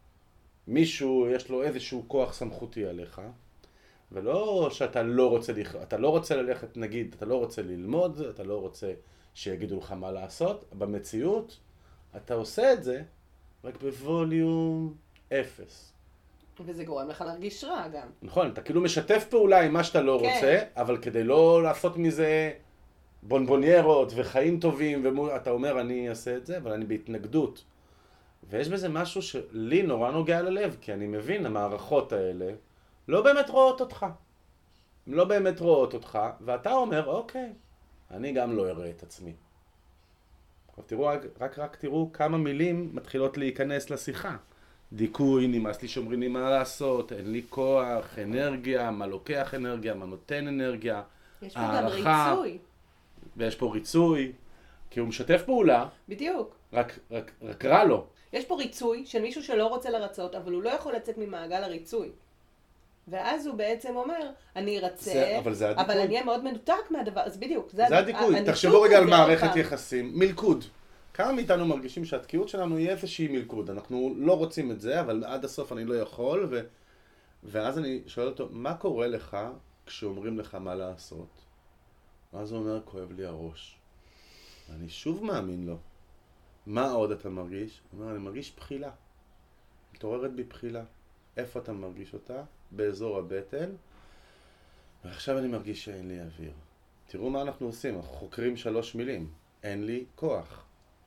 מישהו יש לו איזשהו כוח סמכותי עליך, ולא שאתה לא רוצה לחיות, אתה לא רוצה ללכת, נגיד, אתה לא רוצה ללמוד, אתה לא רוצה שיגידו לך מה לעשות, במציאות אתה עושה את זה רק בווליום אפס. וזה גורם לך להרגיש רע גם. נכון, אתה כאילו משתף פעולה עם מה שאתה לא כן. רוצה, אבל כדי לא לעשות מזה בונבוניירות וחיים טובים, ואתה אומר אני אעשה את זה, אבל אני בהתנגדות. ויש בזה משהו שלי נורא נוגע ללב, כי אני מבין, המערכות האלה לא באמת רואות אותך. הן לא באמת רואות אותך, ואתה אומר, אוקיי, אני גם לא אראה את עצמי. אבל תראו, רק תראו כמה מילים מתחילות להיכנס לשיחה. דיכוי, נמאס לי שאומרים לי מה לעשות, אין לי כוח, אנרגיה, מה לוקח אנרגיה, מה נותן אנרגיה, יש פה גם ריצוי. ויש פה ריצוי, כי הוא משתף פעולה, בדיוק. רק רע לו. יש פה ריצוי של מישהו שלא רוצה לרצות, אבל הוא לא יכול לצאת ממעגל הריצוי. ואז הוא בעצם אומר, אני ארצה, אבל אני אהיה מאוד מנותק מהדבר, אז בדיוק. זה הדיכוי, תחשבו רגע על מערכת יחסים, מלכוד. כמה מאיתנו מרגישים שהתקיעות שלנו היא איזושהי מלכוד, אנחנו לא רוצים את זה, אבל עד הסוף אני לא יכול, ואז אני שואל אותו, מה קורה לך כשאומרים לך מה לעשות? ואז הוא אומר, כואב לי הראש. אני שוב מאמין לו. מה עוד אתה מרגיש? הוא אומר, אני מרגיש בחילה. מתעוררת בי בחילה. איפה אתה מרגיש אותה? באזור הבטן. ועכשיו אני מרגיש שאין לי אוויר. תראו מה אנחנו עושים, אנחנו חוקרים 3 מילים. אין לי כוח.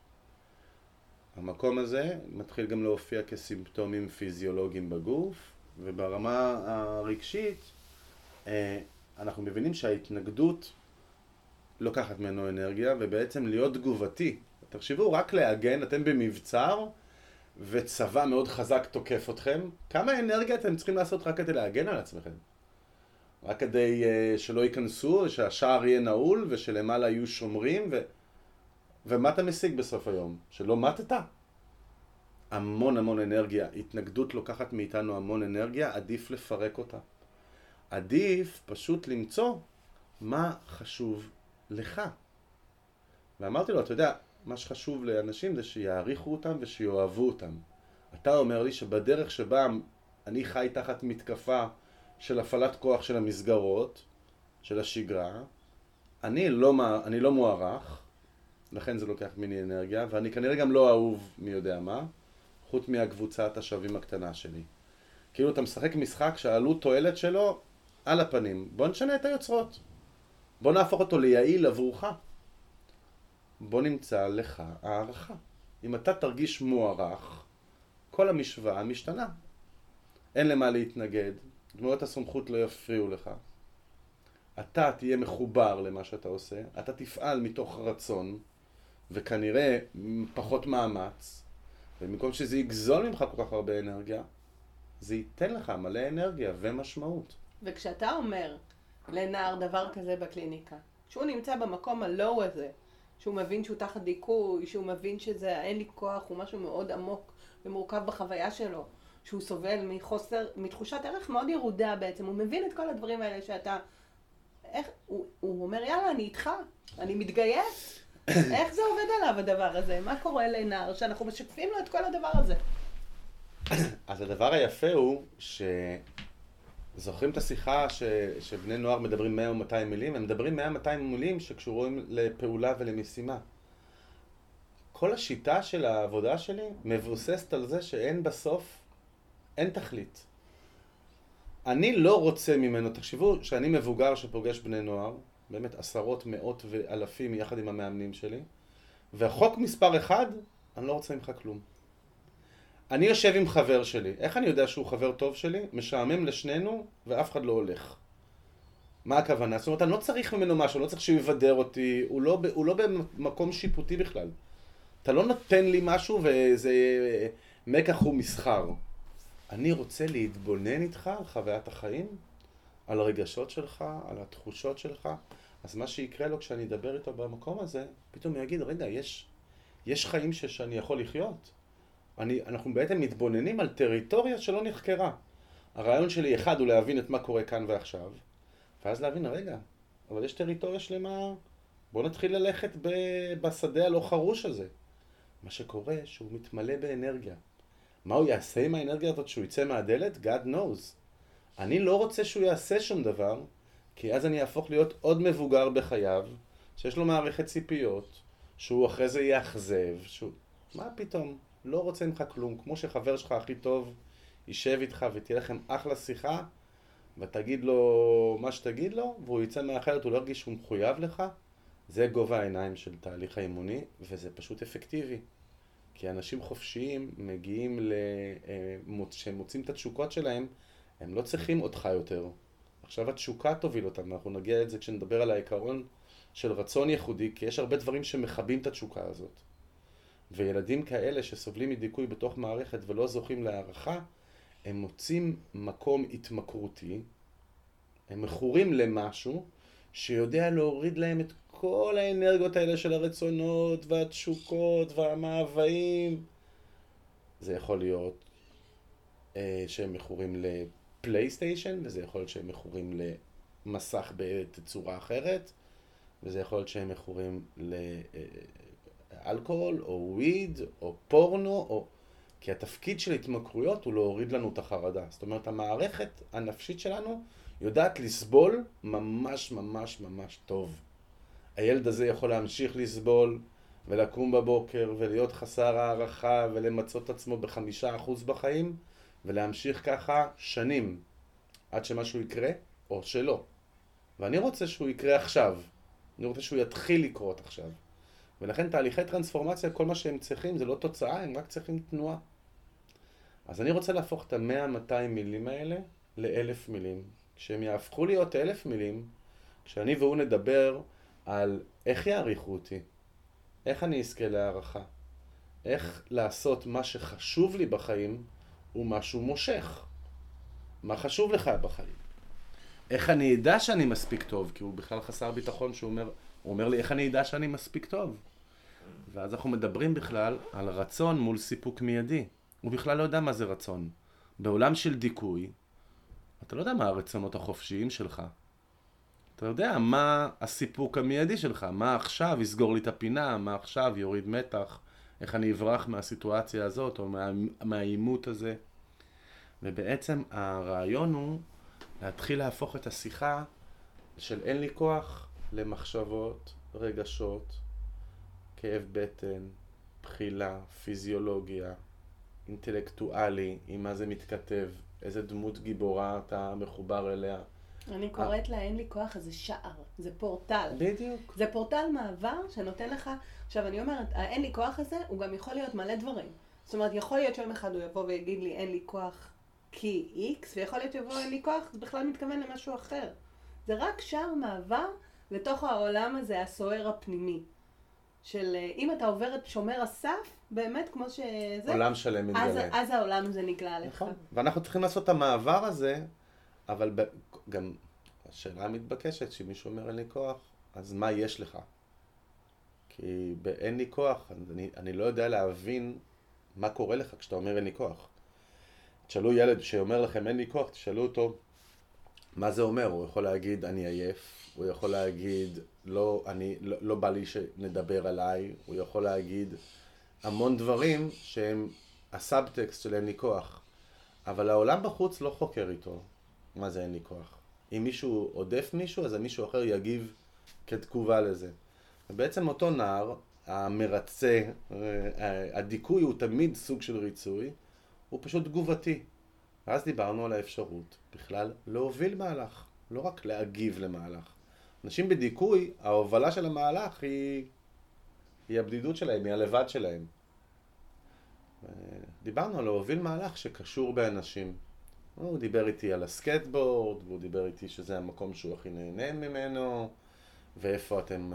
המקום הזה מתחיל גם להופיע כסימפטומים פיזיולוגיים בגוף, וברמה הרגשית אנחנו מבינים שההתנגדות לוקחת ממנו אנרגיה, ובעצם להיות תגובתי. תחשבו, רק להגן, אתם במבצר, וצבא מאוד חזק תוקף אתכם, כמה אנרגיה אתם צריכים לעשות רק כדי להגן על עצמכם? רק כדי שלא ייכנסו, שהשער יהיה נעול, ושלמעלה יהיו שומרים, ומה אתה משיג בסוף היום? שלא מתת? המון אנרגיה. התנגדות לוקחת מאיתנו המון אנרגיה, עדיף לפרק אותה. עדיף פשוט למצוא מה חשוב לך. ואמרתי לו, אתה יודע, מה שחשוב לאנשים זה שיעריכו אותם ושיאהבו אותם. אתה אומר לי שבדרך שבה אני חי תחת מתקפה של הפעלת כוח של המסגרות, של השגרה, אני לא מוערך, לכן זה לוקח מיני אנרגיה, ואני כנראה גם לא אהוב מי יודע מה, חוץ מהקבוצת השווים הקטנה שלי. כאילו אתה משחק משחק שהעלות תועלת שלו על הפנים. בוא נשנה את היוצרות. בוא נהפוך אותו ליעיל עבורך. בוא נמצא לך הערכה. אם אתה תרגיש מוערך, כל המשוואה משתנה. אין למה להתנגד, דמויות הסמכות לא יפריעו לך. אתה תהיה מחובר למה שאתה עושה, אתה תפעל מתוך רצון, וכנראה פחות מאמץ, ובמקום שזה יגזול ממך כל כך הרבה אנרגיה, זה ייתן לך מלא אנרגיה ומשמעות. וכשאתה אומר לנער דבר כזה בקליניקה, שהוא נמצא במקום הלואו הזה, שהוא מבין שהוא תחת דיכוי, שהוא מבין שזה אין לי כוח, הוא משהו מאוד עמוק ומורכב בחוויה שלו, שהוא סובל מתחושת ערך מאוד ירודה בעצם, הוא מבין את כל הדברים האלה שאתה, הוא אומר יאללה אני איתך, אני מתגייס, איך זה עובד עליו הדבר הזה? מה קורה לנער שאנחנו משקפים לו את כל הדבר הזה? אז הדבר היפה הוא זוכרים את השיחה שבני נוער מדברים 100 או 200 מילים? הם מדברים 100 או 200 מילים שקשורים לפעולה ולמשימה. כל השיטה של העבודה שלי מבוססת על זה שאין בסוף, אין תכלית. אני לא רוצה ממנו, תחשבו שאני מבוגר שפוגש בני נוער, באמת עשרות, מאות ואלפים יחד עם המאמנים שלי, והחוק מספר 1, אני לא רוצה ממך כלום. אני יושב עם חבר שלי. איך אני יודע שהוא חבר טוב שלי? משעמם לשנינו ואף אחד לא הולך. מה הכוונה? זאת אומרת, אני לא צריך ממנו משהו, לא צריך שהוא יבדר אותי, הוא לא במקום שיפוטי בכלל. אתה לא נותן לי משהו וזה מקח ומסחר. אני רוצה להתבונן איתך על חוויית החיים, על הרגשות שלך, על התחושות שלך. אז מה שיקרה לו כשאני אדבר איתו במקום הזה, פתאום הוא יגיד, רגע, יש חיים שאני יכול לחיות. אנחנו בעצם מתבוננים על טריטוריה שלא נחקרה. הרעיון שלי אחד הוא להבין את מה קורה כאן ועכשיו, ואז להבין, רגע, אבל יש טריטוריה שלמה, בוא נתחיל ללכת בשדה הלא חרוש הזה. מה שקורה שהוא מתמלא באנרגיה. מה הוא יעשה עם האנרגיה הזאת שהוא יצא מהדלת? God knows. אני לא רוצה שהוא יעשה שום דבר, כי אז אני אהפוך להיות עוד מבוגר בחייו, שיש לו מערכת ציפיות, שהוא אחרי זה יאכזב, מה פתאום? לא רוצה ממך כלום, כמו שחבר שלך הכי טוב יישב איתך ותהיה לכם אחלה שיחה ותגיד לו מה שתגיד לו והוא יצא מהאחרת, הוא לא ירגיש שהוא מחויב לך. זה גובה העיניים של תהליך האימוני וזה פשוט אפקטיבי, כי אנשים חופשיים מגיעים שהם מוצאים את התשוקות שלהם, הם לא צריכים אותך יותר. עכשיו התשוקה תוביל אותם, אנחנו נגיע את זה כשנדבר על העיקרון של רצון ייחודי, כי יש הרבה דברים שמחבים את התשוקה הזאת. וילדים כאלה שסובלים מדיכוי בתוך מערכת ולא זוכים להערכה, הם מוצאים מקום התמכרותי, הם מכורים למשהו שיודע להוריד להם את כל האנרגיות האלה של הרצונות והתשוקות והמאוויים. זה יכול להיות שהם מכורים לפלייסטיישן, וזה יכול להיות שהם מכורים למסך בתצורה אחרת, וזה יכול להיות שהם מכורים אלכוהול, או וויד, או פורנו, כי התפקיד של התמכרויות הוא להוריד לנו את החרדה. זאת אומרת, המערכת הנפשית שלנו יודעת לסבול ממש ממש ממש טוב. הילד הזה יכול להמשיך לסבול, ולקום בבוקר, ולהיות חסר הערכה, ולמצות את עצמו ב5% בחיים, ולהמשיך ככה שנים, עד שמשהו יקרה, או שלא. ואני רוצה שהוא יקרה עכשיו. אני רוצה שהוא יתחיל לקרות עכשיו. ולכן תהליכי טרנספורמציה, כל מה שהם צריכים זה לא תוצאה, הם רק צריכים תנועה. אז אני רוצה להפוך את 100-200 מילים האלה ל1000 מילים. כשהם יהפכו להיות 1000 מילים, כשאני והוא נדבר על איך יעריכו אותי, איך אני אזכה להערכה, איך לעשות מה שחשוב לי בחיים ומשהו מושך. מה חשוב לך בחיים? איך אני אדע שאני מספיק טוב? כי הוא בכלל חסר ביטחון שהוא אומר לי איך אני אדע שאני מספיק טוב? ואז אנחנו מדברים בכלל על רצון מול סיפוק מיידי. הוא בכלל לא יודע מה זה רצון. בעולם של דיכוי, אתה לא יודע מה הרצונות החופשיים שלך. אתה יודע מה הסיפוק המיידי שלך, מה עכשיו יסגור לי את הפינה, מה עכשיו יוריד מתח, איך אני אברח מהסיטואציה הזאת או מהאימות הזה. ובעצם הרעיון הוא להתחיל להפוך את השיחה של אין לי כוח למחשבות, רגשות, כאב בטן, בחילה, פיזיולוגיה, אינטלקטואלי, עם מה זה מתכתב, איזה דמות גיבורה אתה מחובר אליה. אני קוראת לה אין לי כוח, זה שער, זה פורטל. בדיוק. זה פורטל מעבר שנותן לך, עכשיו אני אומרת, האין לי כוח הזה הוא גם יכול להיות מלא דברים. זאת אומרת, יכול להיות שיום אחד הוא יבוא ויגיד לי אין לי כוח כי X, ויכול להיות שיבוא אין לי כוח, זה בכלל מתכוון למשהו אחר. זה רק שער מעבר לתוך העולם הזה, הסוער הפנימי. של אם אתה עובר את שומר הסף, באמת כמו שזה, עולם שלם מתגלה. אז העולם הזה נגלה לך. נכון. ואנחנו צריכים לעשות את המעבר הזה, אבל גם השאלה המתבקשת, שמישהו אומר אין לי כוח, אז מה יש לך? כי באין לי כוח, אני לא יודע להבין מה קורה לך כשאתה אומר אין לי כוח. תשאלו ילד שאומר לכם אין לי כוח, תשאלו אותו מה זה אומר. הוא יכול להגיד אני עייף, הוא יכול להגיד לא בא לי שנדבר עליי, הוא יכול להגיד המון דברים שהם הסאבטקסט של אין לי כוח. אבל העולם בחוץ לא חוקר איתו מה זה אין לי כוח. אם מישהו עודף מישהו, אז מישהו אחר יגיב כתגובה לזה. ובעצם אותו נער, המרצה, הדיכוי הוא תמיד סוג של ריצוי, הוא פשוט תגובתי. ואז דיברנו על האפשרות בכלל להוביל מהלך, לא רק להגיב למהלך. אנשים בדיכוי, ההובלה של המהלך היא הבדידות שלהם, היא הלבד שלהם. דיברנו על להוביל מהלך שקשור באנשים. הוא דיבר איתי על הסקטבורד, והוא דיבר איתי שזה המקום שהוא הכי נהנה ממנו, ואיפה אתם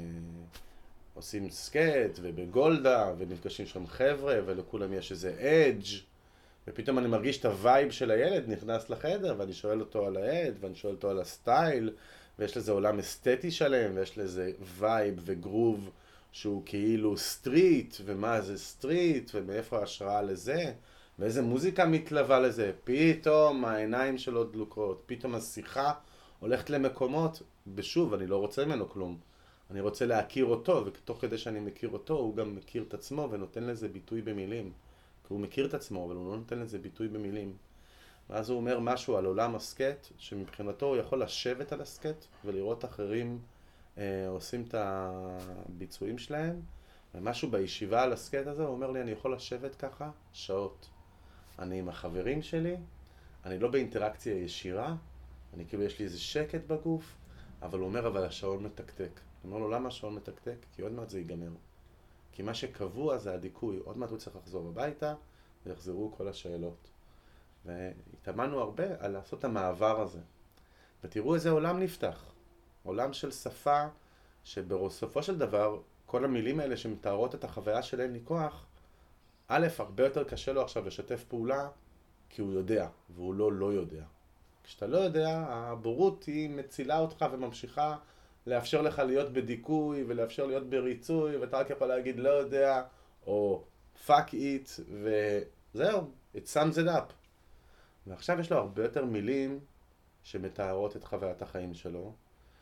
עושים סקט, ובגולדה, ונפגשים שם חבר'ה, ולכולם יש איזה אדג', ופתאום אני מרגיש את הווייב של הילד נכנס לחדר, ואני שואל אותו על האד, ואני שואל אותו על הסטייל, ויש לזה עולם אסתטי שלם, ויש לזה וייב וגרוב שהוא כאילו סטריט, ומה זה סטריט, ומאיפה ההשראה לזה, ואיזה מוזיקה מתלווה לזה. פתאום העיניים שלו דלוקות, פתאום השיחה הולכת למקומות, ושוב, אני לא רוצה ממנו כלום. אני רוצה להכיר אותו, ותוך כדי שאני מכיר אותו, הוא גם מכיר את עצמו ונותן לזה ביטוי במילים. כי הוא מכיר את עצמו, אבל הוא לא נותן לזה ביטוי במילים. ואז הוא אומר משהו על עולם הסקט, שמבחינתו הוא יכול לשבת על הסקט ולראות אחרים עושים את הביצועים שלהם. ומשהו בישיבה על הסקט הזה, הוא אומר לי, אני יכול לשבת ככה שעות. אני עם החברים שלי, אני לא באינטראקציה ישירה, אני כאילו יש לי איזה שקט בגוף, אבל הוא אומר, אבל השעון מתקתק. אני אומר לו, למה השעון מתקתק? כי עוד מעט זה ייגמר. כי מה שקבוע זה הדיכוי. עוד מעט הוא צריך לחזור הביתה, ויחזרו כל השאלות. והתאמנו הרבה על לעשות את המעבר הזה. ותראו איזה עולם נפתח. עולם של שפה, שבסופו של דבר, כל המילים האלה שמתארות את החוויה של אין לי כוח, א', הרבה יותר קשה לו עכשיו לשתף פעולה, כי הוא יודע, והוא לא יודע. כשאתה לא יודע, הבורות היא מצילה אותך וממשיכה לאפשר לך להיות בדיכוי ולאפשר להיות בריצוי, ואתה רק יכול להגיד לא יודע, או fuck it, וזהו, it sums it up. ועכשיו יש לו הרבה יותר מילים שמתארות את חוויית החיים שלו,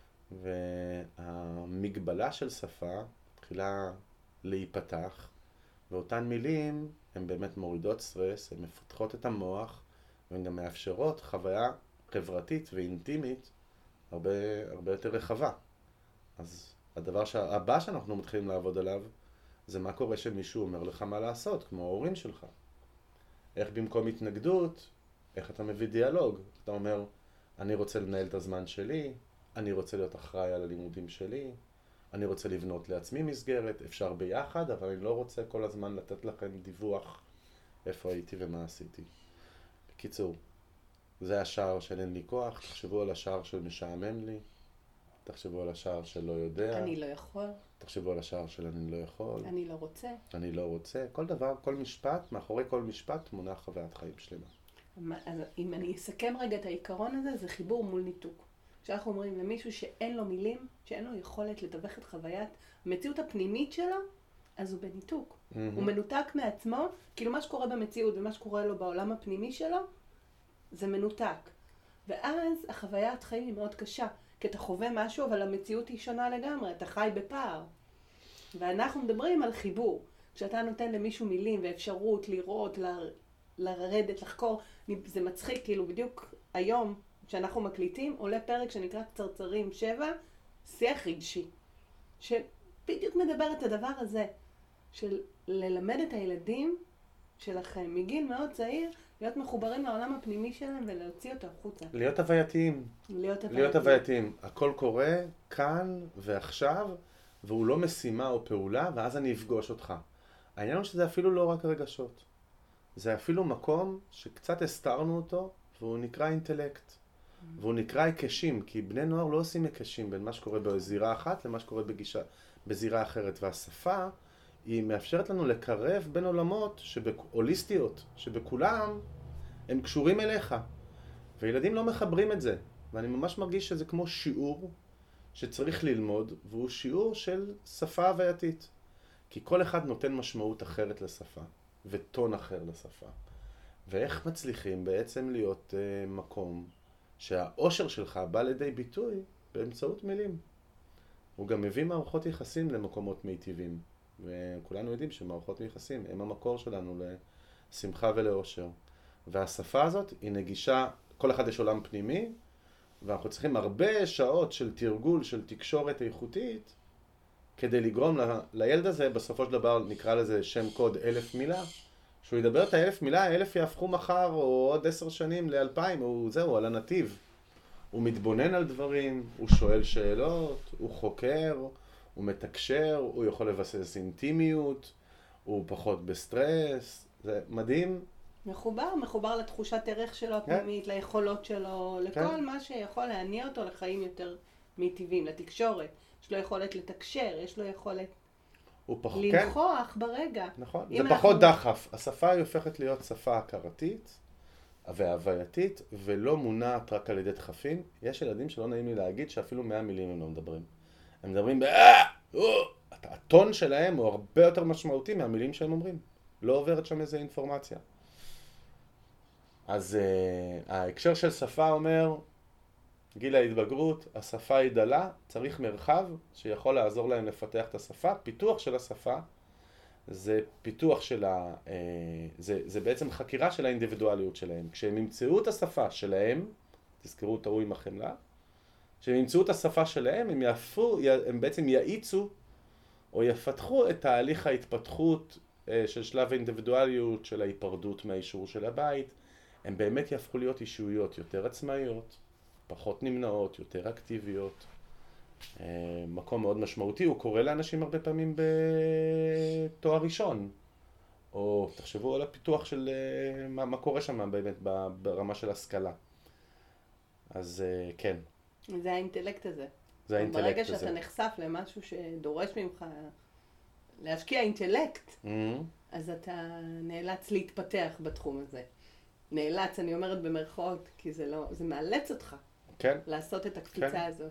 והמגבלה של שפה מתחילה להיפתח, ואותן מילים הן באמת מורידות סטרס, הן מפתחות את המוח, והן גם מאפשרות חוויה חברתית ואינטימית הרבה יותר רחבה. אז הדבר הבא שאנחנו מתחילים לעבוד עליו, זה מה קורה שמישהו אומר לך מה לעשות, כמו ההורים שלך. איך במקום התנגדות, איך אתה מביא דיאלוג. אתה אומר, אני רוצה לנהל את הזמן שלי, אני רוצה להיות אחראי על הלימודים שלי, אני רוצה לבנות לעצמי מסגרת, אפשר ביחד, אבל אני לא רוצה כל הזמן לתת לכם דיווח איפה הייתי ומה עשיתי. בקיצור, זה השער של אין לי כוח, תחשבו על השער של משעמם לי, תחשבו על השער של לא יודע. אני לא יכול. תחשבו על השער של אני לא יכול. אני לא רוצה. אני לא רוצה. כל דבר, כל משפט, מאחורי כל משפט מונח חוויית חיים שלמה. אז אם אני אסכם רגע את העיקרון הזה, זה חיבור מול ניתוק. כשאנחנו אומרים למישהו שאין לו מילים, שאין לו יכולת לתווך את חוויית המציאות הפנימית שלו, אז הוא בניתוק. הוא מנותק מעצמו, כאילו מה שקורה במציאות ומה שקורה לו בעולם הפנימי שלו, זה מנותק. ואז החוויית חיים היא מאוד קשה, כי אתה חווה משהו, אבל המציאות היא שונה לגמרי, אתה חי בפער. ואנחנו מדברים על חיבור. כשאתה נותן למישהו מילים ואפשרות לראות, לרדת, לחקור, זה מצחיק, כאילו בדיוק היום שאנחנו מקליטים, עולה פרק שנקרא קצרצרים 7, שיח רגשי. שבדיוק מדבר את הדבר הזה, של ללמד את הילדים שלכם, מגיל מאוד צעיר, להיות מחוברים לעולם הפנימי שלהם ולהוציא אותו החוצה. להיות הווייתיים. להיות הווייתיים. הכל קורה כאן ועכשיו, והוא לא משימה או פעולה, ואז אני אפגוש אותך. העניין הוא שזה אפילו לא רק רגשות. זה אפילו מקום שקצת הסתרנו אותו, והוא נקרא אינטלקט. והוא נקרא היקשים, כי בני נוער לא עושים היקשים בין מה שקורה בזירה אחת למה שקורה בזירה אחרת, והשפה היא מאפשרת לנו לקרב בין עולמות הוליסטיות, שבכולם הם קשורים אליך, וילדים לא מחברים את זה, ואני ממש מרגיש שזה כמו שיעור שצריך ללמוד, והוא שיעור של שפה הווייתית, כי כל אחד נותן משמעות אחרת לשפה, וטון אחר לשפה, ואיך מצליחים בעצם להיות מקום שהאושר שלך בא לידי ביטוי באמצעות מילים. הוא גם מביא מערכות יחסים למקומות מיטיבים, וכולנו יודעים שמערכות יחסים הם המקור שלנו לשמחה ולאושר. והשפה הזאת היא נגישה, כל אחד יש עולם פנימי, ואנחנו צריכים הרבה שעות של תרגול, של תקשורת איכותית, כדי לגרום לילד הזה, בסופו של דבר נקרא לזה שם קוד 1000 מילה, שהוא ידבר את 1000 מילה, 1000 יהפכו מחר או עוד 10 שנים ל2000, הוא זהו, על הנתיב. הוא מתבונן על דברים, הוא שואל שאלות, הוא חוקר, הוא מתקשר, הוא יכול לבסס אינטימיות, הוא פחות בסטרס, זה מדהים. מחובר לתחושת ערך שלו הפנימית, ליכולות שלו, לכל מה שיכול להניע אותו לחיים יותר מיטיבים, לתקשורת. יש לו יכולת לתקשר, יש לו יכולת לנכוח ברגע. נכון, זה פחות דחף. השפה היא הופכת להיות שפה הכרתית וההווייתית, ולא מונעת רק על ידי דחפים. יש ילדים שלא נעים לי להגיד שאפילו 100 מילים הם לא מדברים. הם מדברים הטון שלהם הוא הרבה יותר משמעותי מהמילים שהם אומרים. לא עוברת שם איזה אינפורמציה. אז ההקשר של שפה אומר, גיל ההתבגרות, השפה היא דלה, צריך מרחב שיכול לעזור להם לפתח את השפה. פיתוח של השפה זה פיתוח של זה בעצם חקירה של האינדיבידואליות שלהם. כשהם ימצאו את השפה שלהם, תזכרו את הרוי עם החמלה, כשהם ימצאו את השפה שלהם, הם בעצם יאיצו או יפתחו את תהליך ההתפתחות של שלב האינדיבידואליות, של ההיפרדות מהאישור של הבית. הם באמת יהפכו להיות אישויות יותר עצמאיות, פחות נמנעות, יותר אקטיביות. מקום מאוד משמעותי, הוא קורא לאנשים הרבה פעמים בתואר ראשון. או תחשבו על הפיתוח של מה קורה שם באמת ברמה של השכלה. אז כן. זה האינטלקט הזה. זה האינטלקט ברגע הזה. שאתה נחשף למשהו שדורש ממך להשקיע אינטלקט, אז אתה נאלץ להתפתח בתחום הזה. נאלץ, אני אומרת במרכאות, כי זה מאלץ אותך. כן. לעשות את הקפיצה הזאת.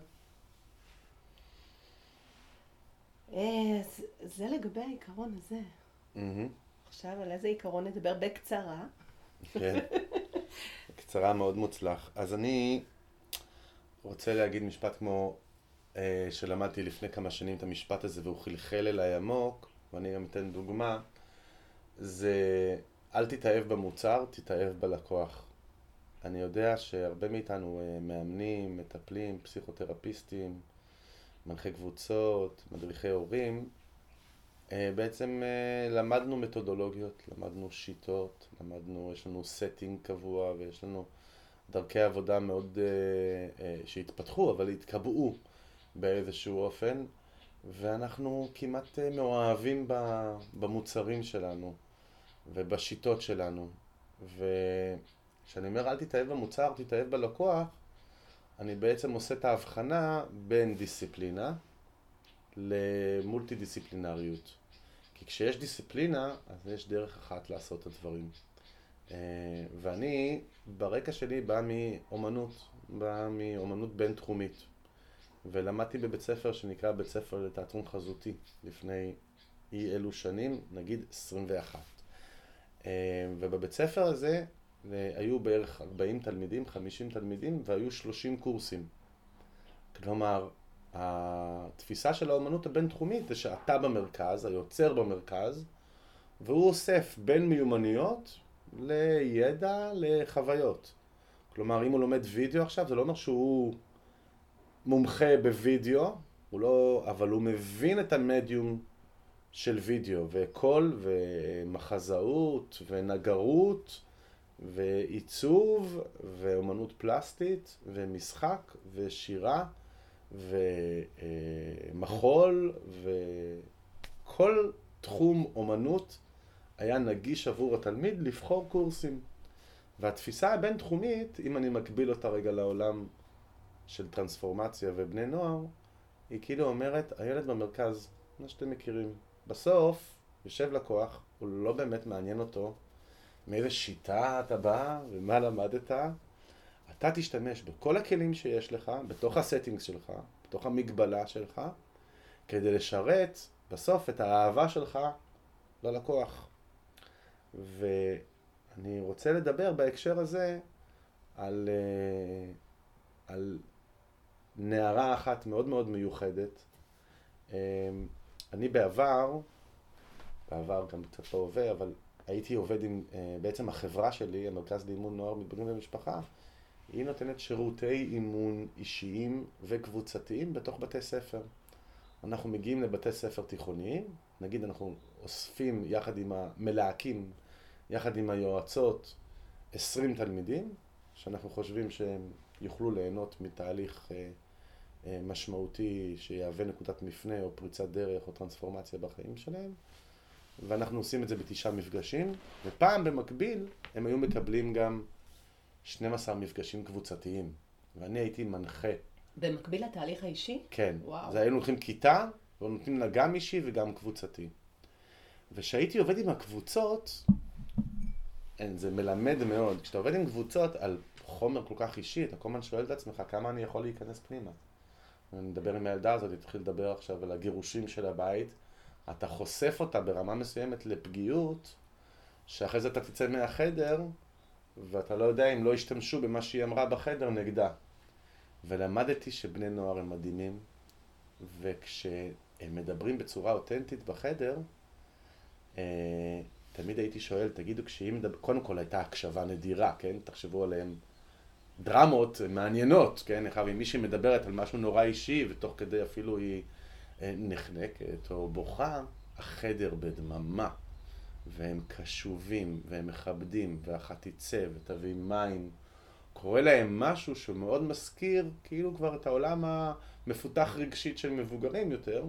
זה לגבי העיקרון הזה. עכשיו על איזה עיקרון נדבר בקצרה. כן, בקצרה מאוד מוצלח. אז אני רוצה להגיד משפט כמו שלמדתי לפני כמה שנים את המשפט הזה והוא חלחל אליי עמוק, ואני גם אתן דוגמה, זה אל תתאהב במוצר, תתאהב בלקוח. אני יודע שהרבה מאיתנו מאמנים, מטפלים, פסיכותרפיסטים, מנחי קבוצות, מדריכי הורים, בעצם למדנו מתודולוגיות, למדנו שיטות, יש לנו סטינג קבוע ויש לנו דרכי עבודה מאוד שהתפתחו, אבל התקבעו באיזשהו אופן, ואנחנו כמעט מאוהבים במוצרים שלנו ובשיטות שלנו. וכשאני אומר אל תתאהב במוצר, תתאהב בלקוח, אני בעצם עושה את ההבחנה בין דיסציפלינה למולטי דיסציפלינריות. כי כשיש דיסציפלינה, אז יש דרך אחת לעשות את הדברים. ואני, ברקע שלי, בא מאומנות בינתחומית. ולמדתי בבית ספר שנקרא בית ספר לתיאטרון חזותי, לפני אי אלו שנים, נגיד 21. ובבית ספר הזה היו בערך 40 תלמידים, 50 תלמידים, והיו 30 קורסים. כלומר, התפיסה של האומנות הבינתחומית זה שאתה במרכז, היוצר במרכז, והוא אוסף בין מיומנויות לידע, לחוויות. כלומר, אם הוא לומד וידאו עכשיו, זה לא אומר שהוא מומחה בווידאו, אבל הוא מבין את המדיום של וידאו, וקול ומחזאות ונגרות ועיצוב ואומנות פלסטית ומשחק ושירה ומחול וכל תחום אומנות היה נגיש עבור התלמיד לבחור קורסים. והתפיסה הבינתחומית, אם אני מקביל אותה רגע לעולם של טרנספורמציה ובני נוער, היא כאילו אומרת, הילד במרכז, מה שאתם מכירים. בסוף, יושב לקוח, הוא לא באמת מעניין אותו מאיזה שיטה אתה בא ומה למדת. אתה תשתמש בכל הכלים שיש לך, בתוך הסטינגס שלך, בתוך המגבלה שלך, כדי לשרת בסוף את האהבה שלך ללקוח. ואני רוצה לדבר בהקשר הזה על נערה אחת מאוד מאוד מיוחדת. אני בעבר גם קצת לא עובד, אבל הייתי עובד עם, בעצם החברה שלי, המרכז לאימון נוער מתבגרים במשפחה, היא נותנת שירותי אימון אישיים וקבוצתיים בתוך בתי ספר. אנחנו מגיעים לבתי ספר תיכוניים, נגיד אנחנו אוספים יחד עם המלהקים, יחד עם היועצות, 20 תלמידים, שאנחנו חושבים שהם יוכלו ליהנות מתהליך משמעותי שיהווה נקודת מפנה או פריצת דרך או טרנספורמציה בחיים שלהם. ואנחנו עושים את זה ב9 מפגשים, ופעם במקביל הם היו מקבלים גם 12 מפגשים קבוצתיים, ואני הייתי מנחה. במקביל לתהליך האישי? כן. וואו. זה היינו לוקחים כיתה, ונותנים לה גם אישי וגם קבוצתי. ושהייתי עובד עם הקבוצות, זה מלמד מאוד. כשאתה עובד עם קבוצות על חומר כל כך אישי, אתה כל הזמן שואל את עצמך כמה אני יכול להיכנס פנימה. אני מדבר עם הילדה הזאת, התחיל לדבר עכשיו על הגירושים של הבית, אתה חושף אותה ברמה מסוימת לפגיעות, שאחרי זה אתה תצא מהחדר, ואתה לא יודע אם לא ישתמשו במה שהיא אמרה בחדר נגדה. ולמדתי שבני נוער הם מדהימים, וכשהם מדברים בצורה אותנטית בחדר, תמיד הייתי שואל, תגידו, קודם כל הייתה הקשבה נדירה, כן? תחשבו עליהם דרמות מעניינות, כן? אם מישהי מדברת על משהו נורא אישי, ותוך כדי אפילו היא נחנקת או בוכה, החדר בדממה. והם קשובים, והם מכבדים, ואחת תצא ותביא מים. קורא להם משהו שמאוד מזכיר, כאילו כבר את העולם המפותח רגשית של מבוגרים יותר.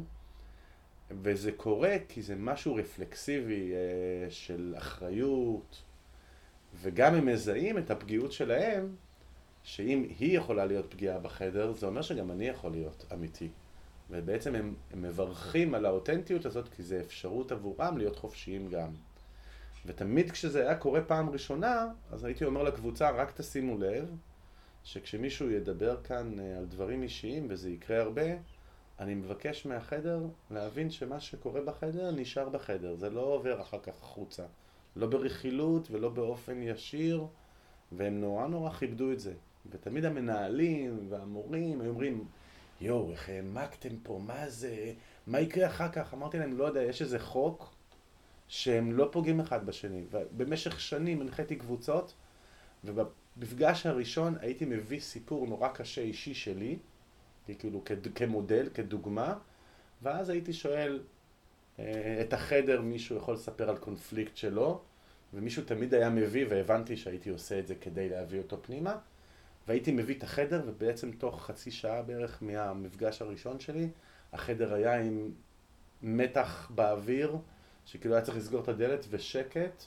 וזה קורה כי זה משהו רפלקסיבי של אחריות, וגם הם מזהים את הפגיעות שלהם, שאם היא יכולה להיות פגיעה בחדר, זה אומר שגם אני יכול להיות אמיתי. ובעצם הם מברכים על האותנטיות הזאת, כי זה אפשרות עבורם להיות חופשיים גם. ותמיד כשזה היה קורה פעם ראשונה, אז הייתי אומר לקבוצה, רק תשימו לב, שכשמישהו ידבר כאן על דברים אישיים, וזה יקרה הרבה, אני מבקש מהחדר להבין שמה שקורה בחדר נשאר בחדר. זה לא עובר אחר כך החוצה. לא ברכילות ולא באופן ישיר, והם נורא כיבדו את זה. ותמיד המנהלים והמורים היו אומרים, יואו, איך העמקתם פה, מה זה, מה יקרה אחר כך? אמרתי להם, לא יודע, יש איזה חוק שהם לא פוגעים אחד בשני. ובמשך שנים הנחיתי קבוצות, ובמפגש הראשון הייתי מביא סיפור נורא קשה אישי שלי, כאילו כמודל, כדוגמה, ואז הייתי שואל את החדר, מישהו יכול לספר על קונפליקט שלו, ומישהו תמיד היה מביא, והבנתי שהייתי עושה את זה כדי להביא אותו פנימה, והייתי מביא את החדר, ובעצם תוך חצי שעה בערך מהמפגש הראשון שלי, החדר היה עם מתח באוויר, שכאילו היה צריך לסגור את הדלת ושקט,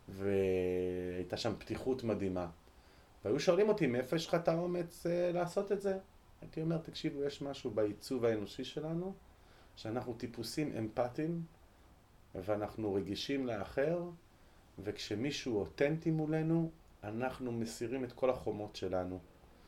והייתה שם פתיחות מדהימה. והיו שואלים אותי, מאיפה יש לך את האומץ לעשות את זה? הייתי אומר, תקשיבו, יש משהו בעיצוב האנושי שלנו, שאנחנו טיפוסים אמפתיים, ואנחנו רגישים לאחר, וכשמישהו אותנטי מולנו, אנחנו מסירים את כל החומות שלנו.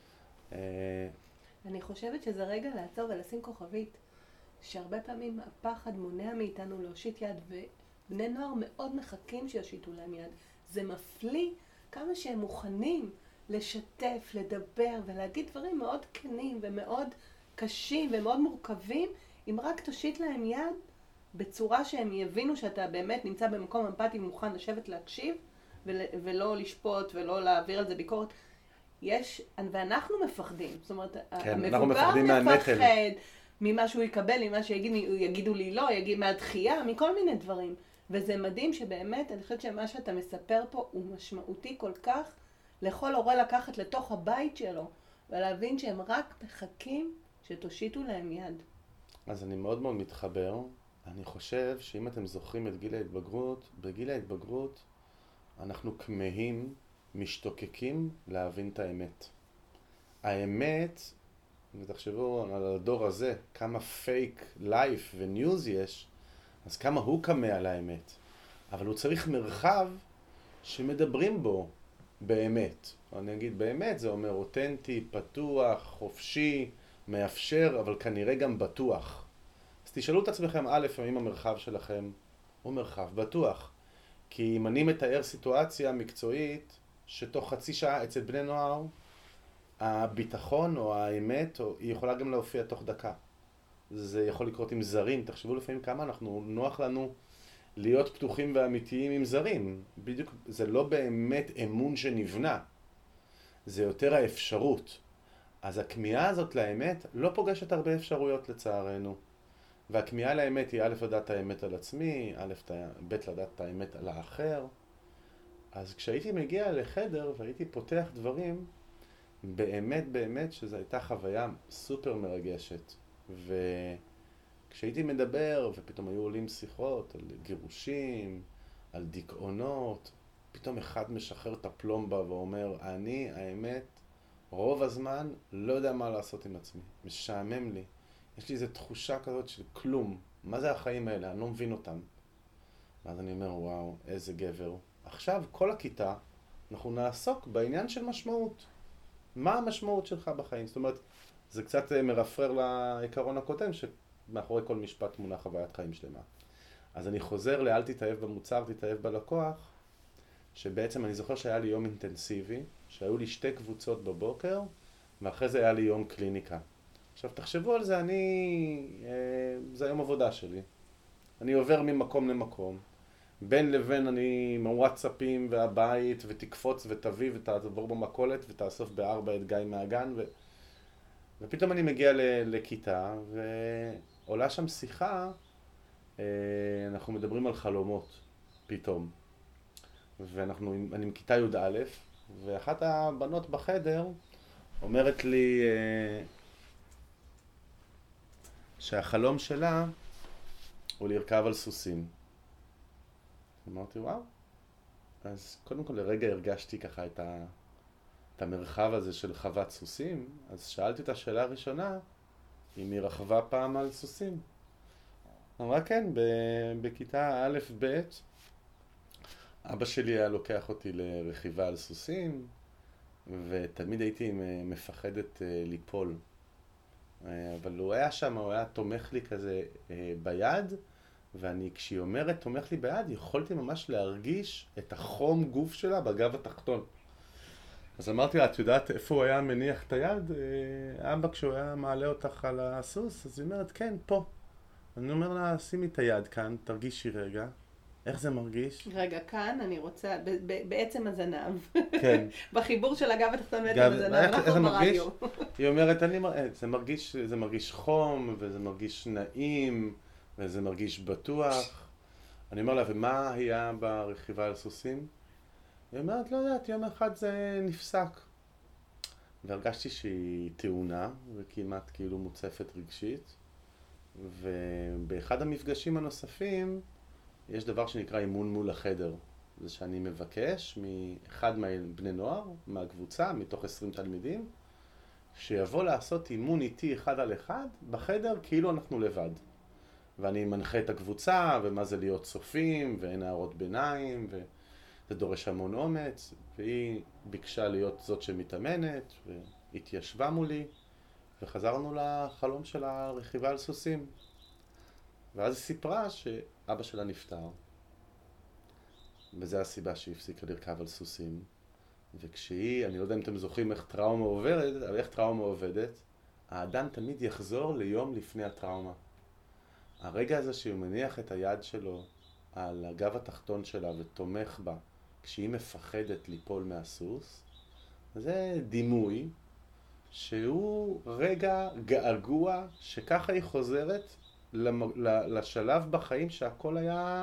אני חושבת שזה רגע לעצור ולשים כוכבית, שהרבה פעמים הפחד מונע מאיתנו להושיט יד, ובני נוער מאוד מחכים שיושיטו להם יד. זה מפליא כמה שהם מוכנים לשתף, לדבר ולהגיד דברים מאוד כנים ומאוד קשים ומאוד מורכבים, אם רק תושיט להם יד בצורה שהם יבינו שאתה באמת נמצא במקום אמפתי ומוכן לשבת להקשיב ולא לשפוט ולא להעביר על זה ביקורת. ואנחנו מפחדים, זאת אומרת, כן, המבוגר מפחד ממה שהוא יקבל, ממה שיגידו לי לא, מהדחייה, מכל מיני דברים. וזה מדהים שבאמת, אני חושבת שמה שאתה מספר פה הוא משמעותי כל כך, לכל הורה לקחת לתוך הבית שלו, ולהבין שהם רק מחכים שתושיטו להם יד. אז אני מאוד מתחבר. אני חושב שאם אתם זוכרים את גיל ההתבגרות, בגיל ההתבגרות אנחנו כמהים משתוקקים להבין את האמת. האמת, ותחשבו על הדור הזה, כמה פייק לייף וניוז יש, אז כמה הוא קמה על האמת. אבל הוא צריך מרחב שמדברים בו באמת. אני אגיד באמת, זה אומר אותנטי, פתוח, חופשי, מאפשר, אבל כנראה גם בטוח. אז תשאלו את עצמכם, א', האם המרחב שלכם הוא מרחב בטוח. כי אם אני מתאר סיטואציה מקצועית, שתוך חצי שעה אצל בני נוער, הביטחון או האמת, היא יכולה גם להופיע תוך דקה. זה יכול לקרות עם זרים. תחשבו לפעמים כמה נוח לנו להיות פתוחים ואמיתיים עם זרים. בדיוק, זה לא באמת אמון שנבנה. זה יותר האפשרות. אז הכמיהה הזאת לאמת לא פוגשת הרבה אפשרויות לצערנו. והכמיהה לאמת היא א', לדעת האמת על עצמי, ב', לדעת את האמת על האחר. אז כשהייתי מגיע לחדר והייתי פותח דברים, באמת שזו הייתה חוויה סופר מרגשת. וכשהייתי מדבר ופתאום היו עולים שיחות על גירושים, על דיכאונות, פתאום אחד משחרר את הפלומבה ואומר, אני, האמת, רוב הזמן לא יודע מה לעשות עם עצמי. משעמם לי. יש לי איזו תחושה כזאת של כלום. מה זה החיים האלה? אני לא מבין אותם. ואז אני אומר, וואו, איזה גבר. עכשיו, כל הכיתה, אנחנו נעסוק בעניין של משמעות. מה המשמעות שלך בחיים? זאת אומרת, זה קצת מרפרר לעיקרון הקודם, שמאחורי כל משפט מונח חוויית חיים שלמה. אז אני חוזר לאל תתאהב במוצר, תתאהב בלקוח, שבעצם אני זוכר שהיה לי יום אינטנסיבי, שהיו לי 2 קבוצות בבוקר, ואחרי זה היה לי יום קליניקה. עכשיו תחשבו על זה, זה היום עבודה שלי. אני עובר ממקום למקום. בין לבין אני עם הוואטסאפים והבית, ותקפוץ ותביא ותעבור במכולת ותאסוף ב4 את גיא מהגן. ופתאום אני מגיע לכיתה ועולה שם שיחה, אנחנו מדברים על חלומות, פתאום. אני עם כיתה י"א, ואחת הבנות בחדר אומרת לי שהחלום שלה הוא לרכב על סוסים. אמרתי, וואו. אז קודם כל לרגע הרגשתי ככה את המרחב הזה של חוות סוסים, אז שאלתי את השאלה הראשונה, אם היא רכבה פעם על סוסים. אמרה כן, בכיתה א' ב', אבא שלי היה לוקח אותי לרכיבה על סוסים, ותמיד הייתי מפחדת ליפול. אבל הוא היה שם, הוא היה תומך לי כזה ביד, ואני, כשהיא אומרת תומך לי ביד, יכולתי ממש להרגיש את החום גוף שלה בגב התחתון. אז אמרתי לה, את יודעת איפה הוא היה מניח את היד? אבא כשהוא היה מעלה אותך על הסוס, אז היא אומרת, כן, פה. אני אומר לה, שימי את היד כאן, תרגישי רגע. איך זה מרגיש? רגע, כאן אני רוצה, בעצם הזנב. כן. בחיבור של הגב התחתון בעצם הזנב, אנחנו ברדיו. היא אומרת, זה מרגיש חום, וזה מרגיש נעים, וזה מרגיש בטוח. אני אומר לה, ומה היה ברכיבה על סוסים? היא אומרת, לא יודעת, יום אחד זה נפסק. והרגשתי שהיא טעונה, וכמעט כאילו מוצפת רגשית. ובאחד המפגשים הנוספים, יש דבר שנקרא אימון מול החדר. זה שאני מבקש מאחד מהבני נוער, מהקבוצה, מתוך 20 תלמידים, שיבוא לעשות אימון איתי 1 על 1 בחדר, כאילו אנחנו לבד. ואני מנחה את הקבוצה, ומה זה להיות צופים, ואין הערות ביניים, וזה דורש המון אומץ. והיא ביקשה להיות זאת שמתאמנת, והתיישבה מולי, וחזרנו לחלום של הרכיבה על סוסים. ואז היא סיפרה שאבא שלה נפטר, וזו הסיבה שהיא הפסיקה לרכב על סוסים. וכשהיא, אני לא יודע אם אתם זוכרים איך טראומה עובדת, אבל איך טראומה עובדת, האדם תמיד יחזור ליום לפני הטראומה. הרגע הזה שהוא מניח את היד שלו על הגב התחתון שלה ותומך בה, כשהיא מפחדת ליפול מהסוס, זה דימוי שהוא רגע געגוע שככה היא חוזרת לשלב בחיים שהכל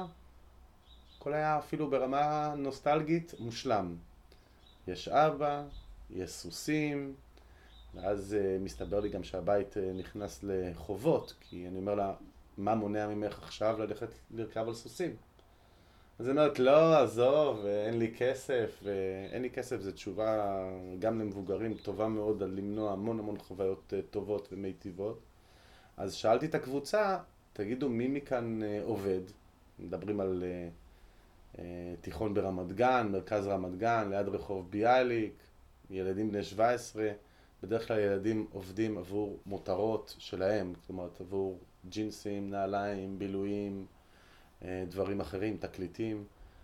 היה אפילו ברמה נוסטלגית מושלם. יש אבא, יש סוסים, ואז מסתבר לי גם שהבית נכנס לחובות, כי אני אומר לה, מה מונע ממך עכשיו ללכת לרכב על סוסים? אז היא אומרת, לא, עזוב, אין לי כסף, ואין לי כסף זו תשובה גם למבוגרים טובה מאוד על למנוע המון המון חוויות טובות ומיטיבות. אז שאלתי את הקבוצה, תגידו מי מכאן עובד? מדברים על תיכון ברמת גן, מרכז רמת גן, ליד רחוב ביאליק, ילדים בני 17, בדרך כלל ילדים עובדים עבור מותרות שלהם, זאת אומרת עבור ג'ינסים, נעליים, בילויים, דברים אחרים, תקליטים,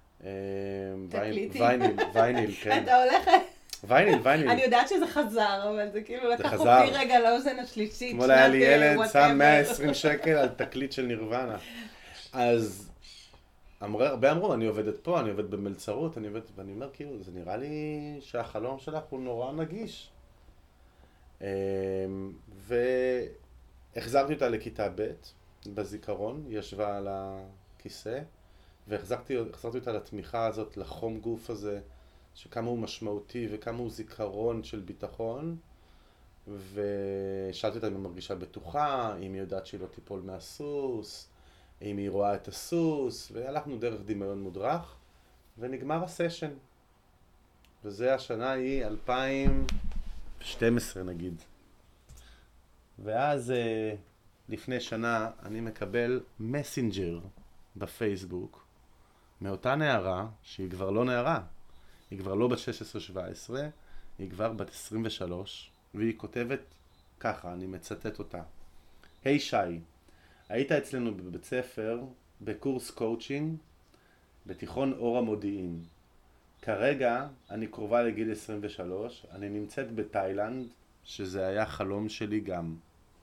וייניל, כן. אתה הולך... וייניל. אני יודעת שזה חזר, אבל זה כאילו לקח אותי רגע לאוזן השלישית. אתמול היה לי ילד, שם 120 שקל על תקליט של נירוונה. אז הרבה אמרו, אני עובדת פה, אני עובד במלצרות, ואני אומר כאילו, זה נראה לי שהחלום שלך הוא נורא נגיש. והחזרתי אותה לכיתה ב' בזיכרון, היא ישבה על הכיסא, והחזרתי אותה לתמיכה הזאת, לחום גוף הזה, שכמה הוא משמעותי וכמה הוא זיכרון של ביטחון, ושאלתי אותה אם היא מרגישה בטוחה, אם היא יודעת שהיא לא תיפול מהסוס, אם היא רואה את הסוס, והלכנו דרך דמיון מודרך, ונגמר הסשן. וזה השנה היא 2012 נגיד. ואז לפני שנה אני מקבל מסנג'ר בפייסבוק, מאותה נערה, שהיא כבר לא נערה, היא כבר לא בת 16-17, היא כבר בת 23, והיא כותבת ככה, אני מצטט אותה. היי שי, היית אצלנו בבית ספר בקורס קואוצ'ינג בתיכון אור המודיעין. כרגע אני קרובה לגיל 23, אני נמצאת בתאילנד, שזה היה חלום שלי גם.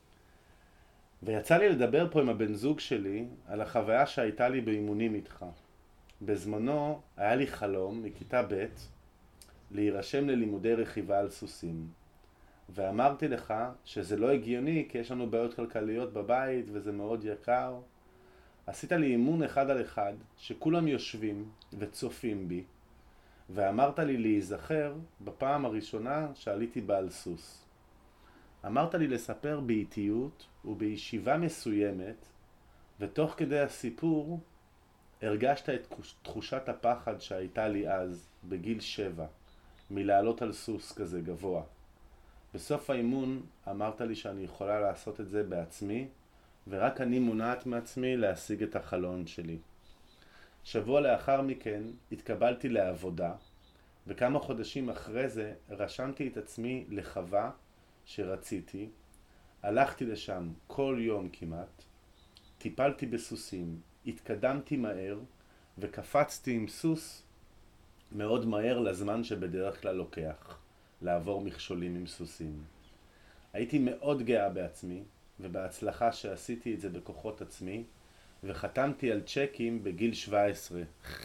ויצא לי לדבר פה עם הבן זוג שלי על החוויה שהייתה לי באימונים איתך. בזמנו היה לי חלום מכיתה ב' להירשם ללימודי רכיבה על סוסים. ואמרתי לך שזה לא הגיוני כי יש לנו בעיות כלכליות בבית וזה מאוד יקר. עשית לי אימון אחד על אחד שכולם יושבים וצופים בי, ואמרת לי להיזכר בפעם הראשונה שעליתי בעל סוס. אמרת לי לספר באיטיות ובישיבה מסוימת, ותוך כדי הסיפור הרגשת את תחושת הפחד שהייתה לי אז, בגיל 7, מלעלות על סוס כזה גבוה. בסוף האימון אמרת לי שאני יכולה לעשות את זה בעצמי, ורק אני מונעת מעצמי להשיג את החלום שלי. שבוע לאחר מכן התקבלתי לעבודה, וכמה חודשים אחרי זה רשמתי את עצמי לחווה שרציתי, הלכתי לשם כל יום כמעט, טיפלתי בסוסים, התקדמתי מהר וקפצתי עם סוס מאוד מהר לזמן שבדרך כלל לוקח לעבור מכשולים עם סוסים. הייתי מאוד גאה בעצמי ובהצלחה שעשיתי את זה בכוחות עצמי, וחתמתי על צ'קים בגיל 17.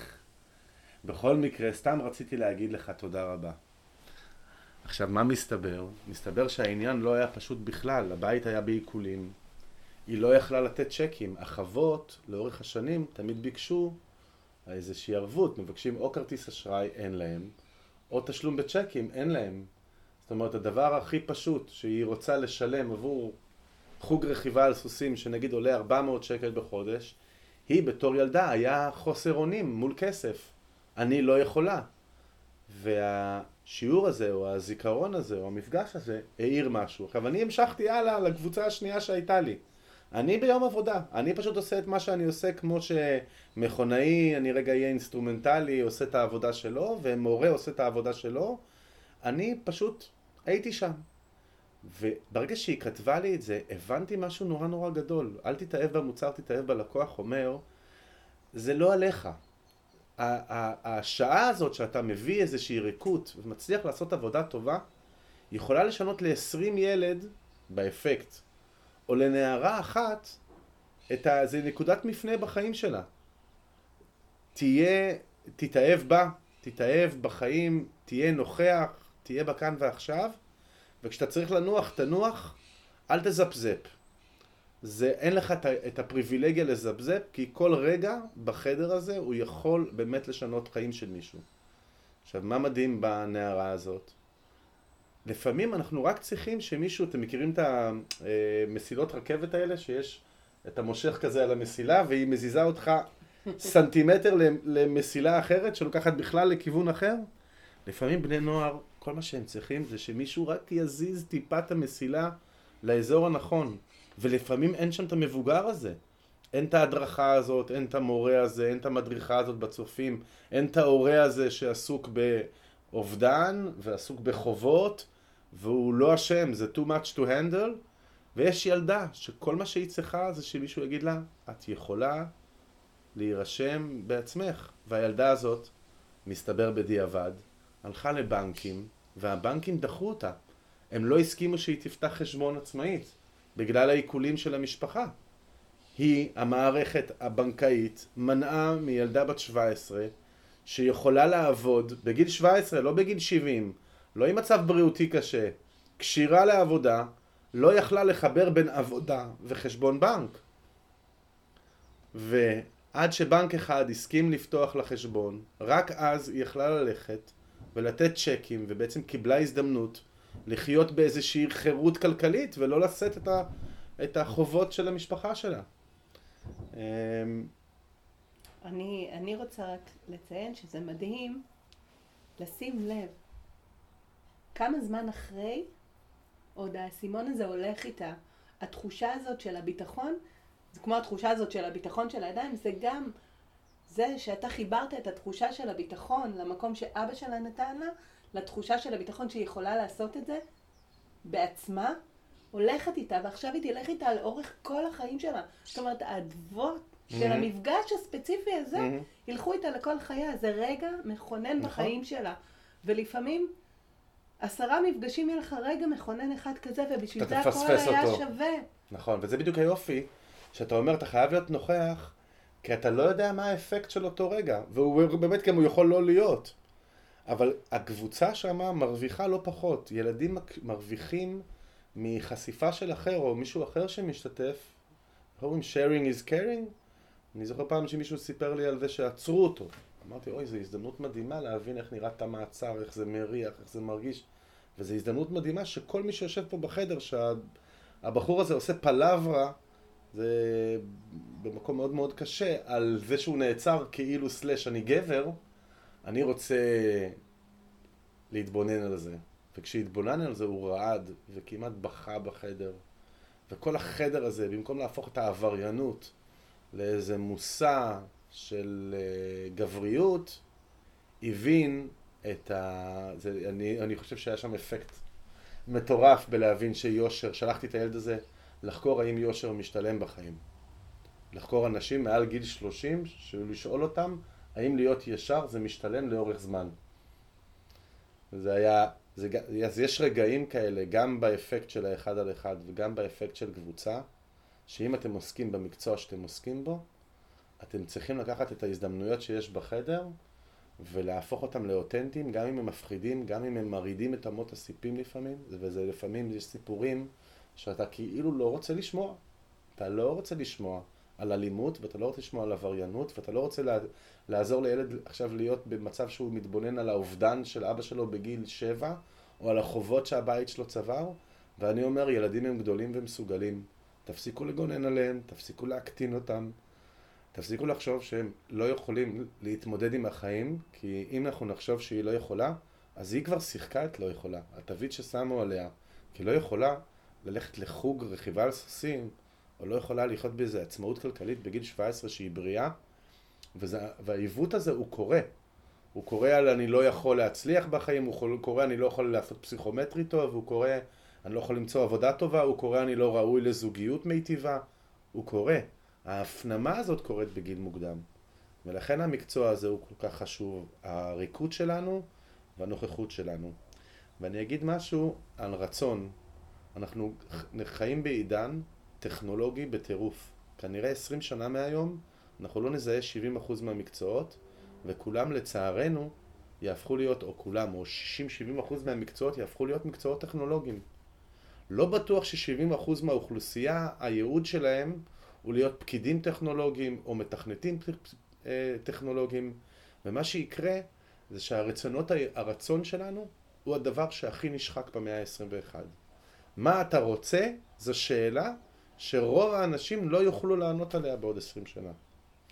בכל מקרה, סתם רציתי להגיד לך תודה רבה. עכשיו, מה מסתבר? מסתבר שהעניין לא היה פשוט בכלל, הבית היה בעיקולים, היא לא יכלה לתת צ'קים. החוות לאורך השנים תמיד ביקשו איזושהי ערבות, מבקשים או כרטיס אשראי, אין להם, או תשלום בצ'קים, אין להם. זאת אומרת, הדבר הכי פשוט שהיא רוצה לשלם עבור חוג רכיבה על סוסים שנגיד עולה 400 שקל בחודש, היא בתור ילדה היה חוסר אונים מול כסף. אני לא יכולה. והשיעור הזה או הזיכרון הזה או המפגש הזה העיר משהו. עכשיו אני המשכתי הלאה לקבוצה השנייה שהייתה לי. אני ביום עבודה, אני פשוט עושה את מה שאני עושה כמו שמכונאי, אני רגע אהיה אינסטרומנטלי, עושה את העבודה שלו, ומורה עושה את העבודה שלו. אני פשוט הייתי שם. וברגע שהיא כתבה לי את זה, הבנתי משהו נורא נורא גדול. אל תתאהב במוצר, תתאהב בלקוח, אומר, זה לא עליך. השעה הזאת שאתה מביא איזושהי ריקות ומצליח לעשות עבודה טובה, יכולה לשנות ל-20 ילד באפקט, או לנערה אחת, זה נקודת מפנה בחיים שלה. תתאהב בה, תתאהב בחיים, תהיה נוכח, תהיה בכאן ועכשיו, וכשאתה צריך לנוח, תנוח, אל תזפזפ. אין לך את הפריבילגיה לזפזפ, כי כל רגע בחדר הזה הוא יכול באמת לשנות חיים של מישהו. עכשיו, מה מדהים בנערה הזאת? לפעמים אנחנו רק צריכים שמישהו, אתם מכירים את המסילות רכבת האלה, שיש את המושך כזה על המסילה, והיא מזיזה אותך סנטימטר למסילה אחרת שלוקחת בכלל לכיוון אחר. לפעמים בני נוער, כל מה שהם צריכים זה שמישהו רק יזיז טיפה את המסילה לאזור הנכון. ולפעמים אין שם את המבוגר הזה. אין את ההדרכה הזאת, אין את המורה הזה, אין את המדריכה הזאת בצופים, אין את ההורה הזה שעסוק באובדן ועסוק בחובות, והוא לא אשם, זה too much to handle. ויש ילדה שכל מה שהיא צריכה זה שמישהו יגיד לה, את יכולה להירשם בעצמך. והילדה הזאת, מסתבר בדיעבד, הלכה לבנקים, והבנקים דחו אותה. הם לא הסכימו שהיא תפתח חשבון עצמאית, בגלל העיקולים של המשפחה. היא, המערכת הבנקאית, מנעה מילדה בת 17, שיכולה לעבוד בגיל 17, לא בגיל 70, לא עם מצב בריאותי קשה, קשירה לעבודה, לא יכלה לחבר בין עבודה וחשבון בנק. ועד שבנק אחד הסכים לפתוח לחשבון, רק אז היא יכלה ללכת ולתת צ'קים, ובעצם קיבלה הזדמנות לחיות באיזושהי חירות כלכלית, ולא לשאת את החובות של המשפחה שלה. אני רוצה רק לציין שזה מדהים לשים לב כמה זמן אחרי עוד האסימון הזה הולך איתה. התחושה הזאת של הביטחון, זה כמו התחושה הזאת של הביטחון של הידיים, זה גם זה שאתה חיברת את התחושה של הביטחון למקום שאבא שלה נתן לה, לתחושה של הביטחון שהיא יכולה לעשות את זה בעצמה, הולכת איתה, ועכשיו היא תלך איתה לאורך כל החיים שלה. זאת אומרת, האדוות של המפגש הספציפי הזה, ילכו איתה לכל חייה. זה רגע מכונן בחיים שלה. ולפעמים 10 מפגשים יהיה לך רגע מכונן אחד כזה, ובשביל זה הכל היה שווה. נכון, וזה בדיוק היופי, שאתה אומר, אתה חייב להיות נוכח, כי אתה לא יודע מה האפקט של אותו רגע, והוא באמת גם הוא יכול לא להיות. אבל הקבוצה שמה מרוויחה לא פחות. ילדים מרוויחים מחשיפה של אחר, או מישהו אחר שמשתתף. אומרים, sharing is caring. אני זוכר פעם שמישהו סיפר לי על זה שעצרו אותו. אמרתי, אוי, זו הזדמנות מדהימה להבין איך נראה את המעצר, איך זה מריח, איך זה מרגיש. וזו הזדמנות מדהימה שכל מי שיושב פה בחדר, שהבחור הזה עושה פלברה, זה במקום מאוד מאוד קשה, על זה שהוא נעצר כאילו סלש אני גבר, אני רוצה להתבונן על זה. וכשהתבונן על זה הוא רעד וכמעט בכה בחדר. וכל החדר הזה, במקום להפוך את העבריינות לאיזה מושא של גבריות, הבין את אני חושב שהיה שם אפקט מטורף בלהבין שיושר, שלחתי את הילד הזה לחקור האם יושר משתלם בחיים. לחקור אנשים מעל גיל 30, לשאול אותם האם להיות ישר זה משתלם לאורך זמן. אז יש רגעים כאלה, גם באפקט של האחד על אחד וגם באפקט של קבוצה, שאם אתם עוסקים במקצוע שאתם עוסקים בו, אתם צריכים לקחת את ההזדמנויות שיש בחדר ולהפוך אותם לאותנטיים, גם אם הם מפחידים, גם אם הם מרידים את אמות הסיפים לפעמים, וזה לפעמים יש סיפורים שאתה כאילו לא רוצה לשמוע. אתה לא רוצה לשמוע על אלימות, ואתה לא רוצה לשמוע על עבריינות, ואתה לא רוצה לעזור לילד עכשיו להיות במצב שהוא מתבונן על האובדן של אבא שלו בגיל 7, או על החובות שהבית שלו צבר. ואני אומר, ילדים הם גדולים ומסוגלים. תפסיקו לגונן עליהם, תפסיקו להקטין אותם, תפסיקו לחשוב שהם לא יכולים להתמודד עם החיים, כי אם אנחנו נחשוב שהיא לא יכולה, אז היא כבר שיחקה את לא יכולה. התווית ששמו עליה, כי לא יכולה ללכת לחוג רכיבה על סוסים, או לא יכולה לחיות באיזו עצמאות כלכלית בגיל 17 שהיא בריאה, והעיוות הזה הוא קורה. הוא קורה על אני לא יכול להצליח בחיים, הוא קורה אני לא יכול לעשות פסיכומטרי טוב, הוא קורה אני לא יכול למצוא עבודה טובה, הוא קורה אני לא ראוי לזוגיות מיטיבה, הוא קורה. ההפנמה הזאת קורית בגיל מוקדם. ולכן המקצוע הזה הוא כל כך חשוב, הריקוד שלנו והנוכחות שלנו. ואני אגיד משהו על רצון. אנחנו חיים בעידן טכנולוגי בטירוף. כנראה 20 שנה מהיום אנחנו לא נזהה 70% מהמקצועות, וכולם לצערנו יהפכו להיות, או כולם, או 60-70% מהמקצועות יהפכו להיות מקצועות טכנולוגיים. לא בטוח ש70% מהאוכלוסייה, הייעוד שלהם הוא להיות פקידים טכנולוגיים או מתכנתים טכנולוגיים, ומה שיקרה זה שהרצון שלנו הוא הדבר שהכי נשחק במאה ה-21. מה אתה רוצה? זו שאלה שרוב האנשים לא יוכלו לענות עליה בעוד 20 שנה.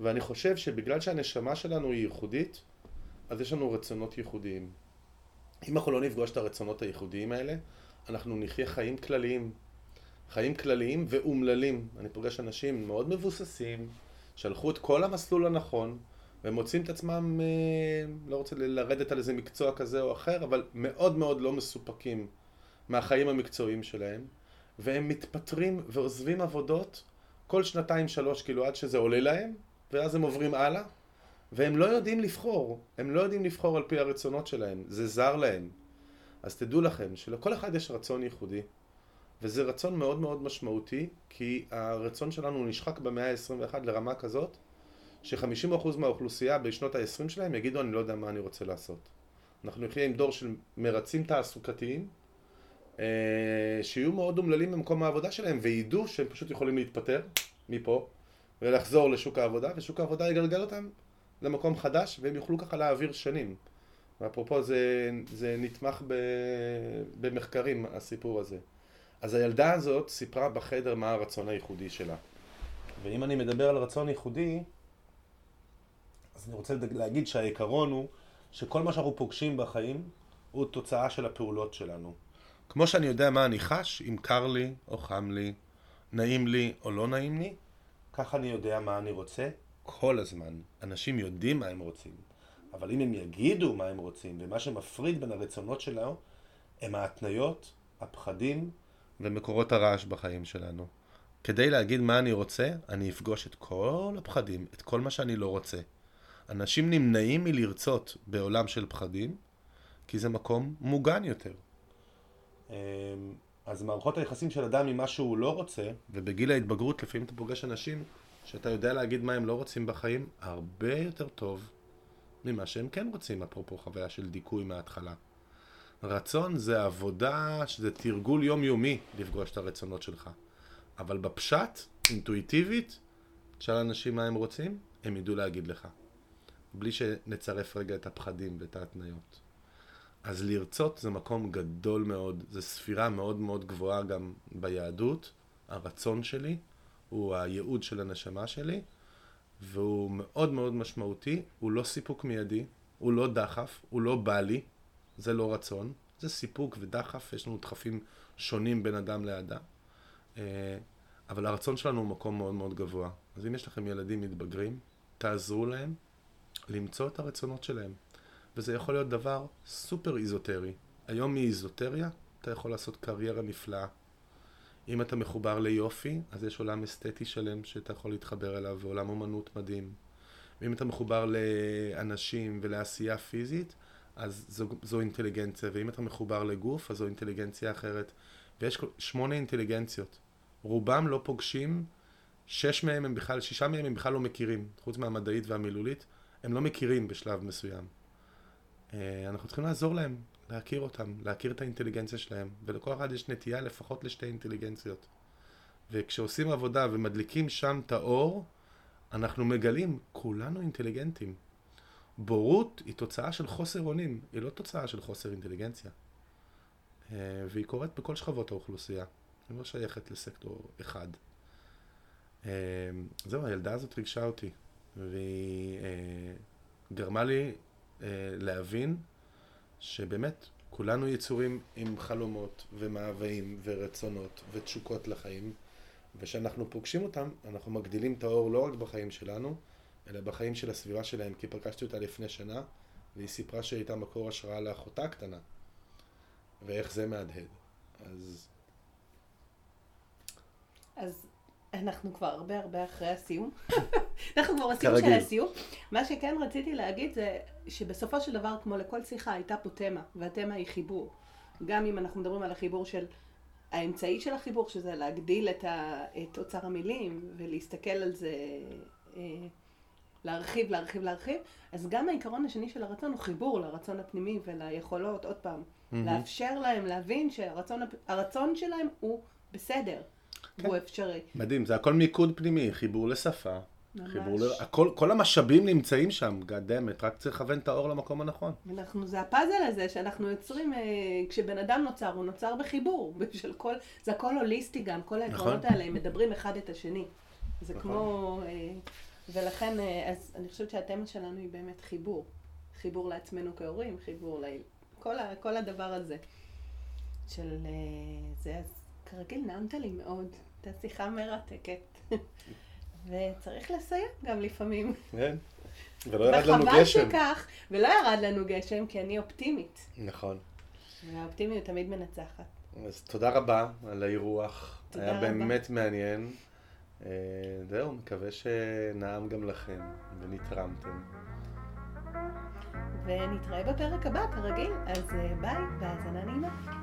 ואני חושב שבגלל שהנשמה שלנו היא ייחודית, אז יש לנו רצונות ייחודיים. אם אנחנו לא נפגוש את הרצונות הייחודיים האלה, אנחנו נחיה חיים כלליים. חיים כלליים ואומללים. אני פוגש אנשים מאוד מבוססים, שהלכו את כל המסלול הנכון, והם מוצאים את עצמם, לא רוצה לרדת על איזה מקצוע כזה או אחר, אבל מאוד מאוד לא מסופקים מהחיים המקצועיים שלהם, והם מתפטרים ועוזבים עבודות כל 2-3 כאילו עד שזה עולה להם, ואז הם עוברים הלאה, והם לא יודעים לבחור, הם לא יודעים לבחור על פי הרצונות שלהם, זה זר להם. אז תדעו לכם שלכל אחד יש רצון ייחודי, וזה רצון מאוד מאוד משמעותי, כי הרצון שלנו נשחק במאה ה-21 לרמה כזאת, ש50% מהאוכלוסייה בשנות ה-20 שלהם יגידו אני לא יודע מה אני רוצה לעשות. אנחנו נחיה עם דור של מרצים תעסוקתיים, שיהיו מאוד אומללים במקום העבודה שלהם, וידעו שהם פשוט יכולים להתפטר מפה, ולחזור לשוק העבודה, ושוק העבודה יגלגל אותם למקום חדש, והם יוכלו ככה להעביר שנים. ואפרופו זה נתמך במחקרים, הסיפור הזה. אז הילדה הזאת סיפרה בחדר מה הרצון הייחודי שלה. ואם אני מדבר על רצון ייחודי, אז אני רוצה להגיד שהעיקרון הוא שכל מה שאנחנו פוגשים בחיים הוא תוצאה של הפעולות שלנו. כמו שאני יודע מה אני חש, אם קר לי או חם לי, נעים לי או לא נעים לי, ככה אני יודע מה אני רוצה כל הזמן. אנשים יודעים מה הם רוצים, אבל אם הם יגידו מה הם רוצים, ומה שמפריד בין הרצונות שלנו, הם ההתניות, הפחדים ומקורות הרעש בחיים שלנו. כדי להגיד מה אני רוצה, אני אפגוש את כל הפחדים, את כל מה שאני לא רוצה. אנשים נמנעים מלרצות בעולם של פחדים, כי זה מקום מוגן יותר. אז מערכות היחסים של אדם עם מה שהוא לא רוצה, ובגיל ההתבגרות לפעמים אתה פוגש אנשים שאתה יודע להגיד מה הם לא רוצים בחיים, הרבה יותר טוב ממה שהם כן רוצים, אפרופו חוויה של דיכוי מההתחלה. רצון זה עבודה, שזה תרגול יומיומי לפגוש את הרצונות שלך. אבל בפשט, אינטואיטיבית, תשאל אנשים מה הם רוצים, הם ידעו להגיד לך. בלי שנצרף רגע את הפחדים ואת ההתניות. אז לרצות זה מקום גדול מאוד, זה ספירה מאוד מאוד גבוהה גם ביהדות. הרצון שלי הוא הייעוד של הנשמה שלי, והוא מאוד מאוד משמעותי, הוא לא סיפוק מיידי, הוא לא דחף, הוא לא בא לי, זה לא רצון, זה סיפוק ודחף, יש לנו דחפים שונים בין אדם לאדם. אבל הרצון שלנו הוא מקום מאוד מאוד גבוה. אז אם יש לכם ילדים מתבגרים, תעזרו להם למצוא את הרצונות שלהם. וזה יכול להיות דבר סופר איזוטרי. היום מאיזוטריה אתה יכול לעשות קריירה נפלאה. אם אתה מחובר ליופי, אז יש עולם אסתטי שלם שאתה יכול להתחבר אליו, ועולם אומנות מדהים. ואם אתה מחובר לאנשים ולעשייה פיזית, אז זו אינטליגנציה. ואם אתה מחובר לגוף, אז זו אינטליגנציה אחרת. ויש 8 אינטליגנציות. רובם לא פוגשים, 6 מהם הם בכלל לא מכירים. חוץ מהמדעית והמילולית, הם לא מכירים בשלב מסוים. אנחנו צריכים לעזור להם, להכיר אותם, להכיר את האינטליגנציה שלהם. ולכל אחד יש נטייה לפחות ל2 אינטליגנציות. וכשעושים עבודה ומדליקים שם את האור, אנחנו מגלים, כולנו אינטליגנטים. בורות היא תוצאה של חוסר אונים, היא לא תוצאה של חוסר אינטליגנציה. והיא קורית בכל שכבות האוכלוסייה. היא לא שייכת לסקטור אחד. זהו, הילדה הזאת ריגשה אותי, והיא גרמה לי להבין שבאמת כולנו יצורים עם חלומות ומאוויים ורצונות ותשוקות לחיים, ושאנחנו פוגשים אותם, אנחנו מגדילים את האור לא רק בחיים שלנו, אלא בחיים של הסביבה שלהם, כי פגשתי אותה לפני שנה, והיא סיפרה שהייתה מקור השראה לאחותה הקטנה, ואיך זה מהדהד. אז אנחנו כבר הרבה אחרי הסיום. אנחנו כבר בסיום של הסיום. מה שכן רציתי להגיד זה שבסופו של דבר, כמו לכל שיחה, הייתה פה תמה, והתמה היא חיבור. גם אם אנחנו מדברים על החיבור של האמצעי של החיבור, שזה להגדיל את אוצר המילים, ולהסתכל על זה, להרחיב, אז גם העיקרון השני של הרצון הוא חיבור לרצון הפנימי וליכולות, עוד פעם, לאפשר להם להבין שהרצון שלהם הוא בסדר. הוא אפשרי. מדהים, זה הכל מיקוד פנימי, חיבור לשפה. כל המשאבים נמצאים שם, גדמת, רק צריך לכוון את האור למקום הנכון. זה הפאזל הזה שאנחנו יוצרים, כשבן אדם נוצר, הוא נוצר בחיבור. זה הכל הוליסטי גם, כל העקרונות האלה, הם מדברים אחד את השני. זה כמו ולכן, אז אני חושבת שהתמה שלנו היא באמת חיבור. חיבור לעצמנו כהורים, חיבור כל הדבר הזה. של זה, אז כרגיל נעמת לי מאוד. הייתה שיחה מרתקת. וצריך לסיים גם לפעמים. כן. ולא ירד לנו גשם. וחבל שכך, ולא ירד לנו גשם, כי אני אופטימית. נכון. והאופטימיות תמיד מנצחת. אז תודה רבה על האירוח. היה רבה. באמת מעניין. זהו, מקווה שנעם גם לכם ונתרמתם. ונתראה בפרק הבא, כרגיל. אז ביי, והאזנה נעימה.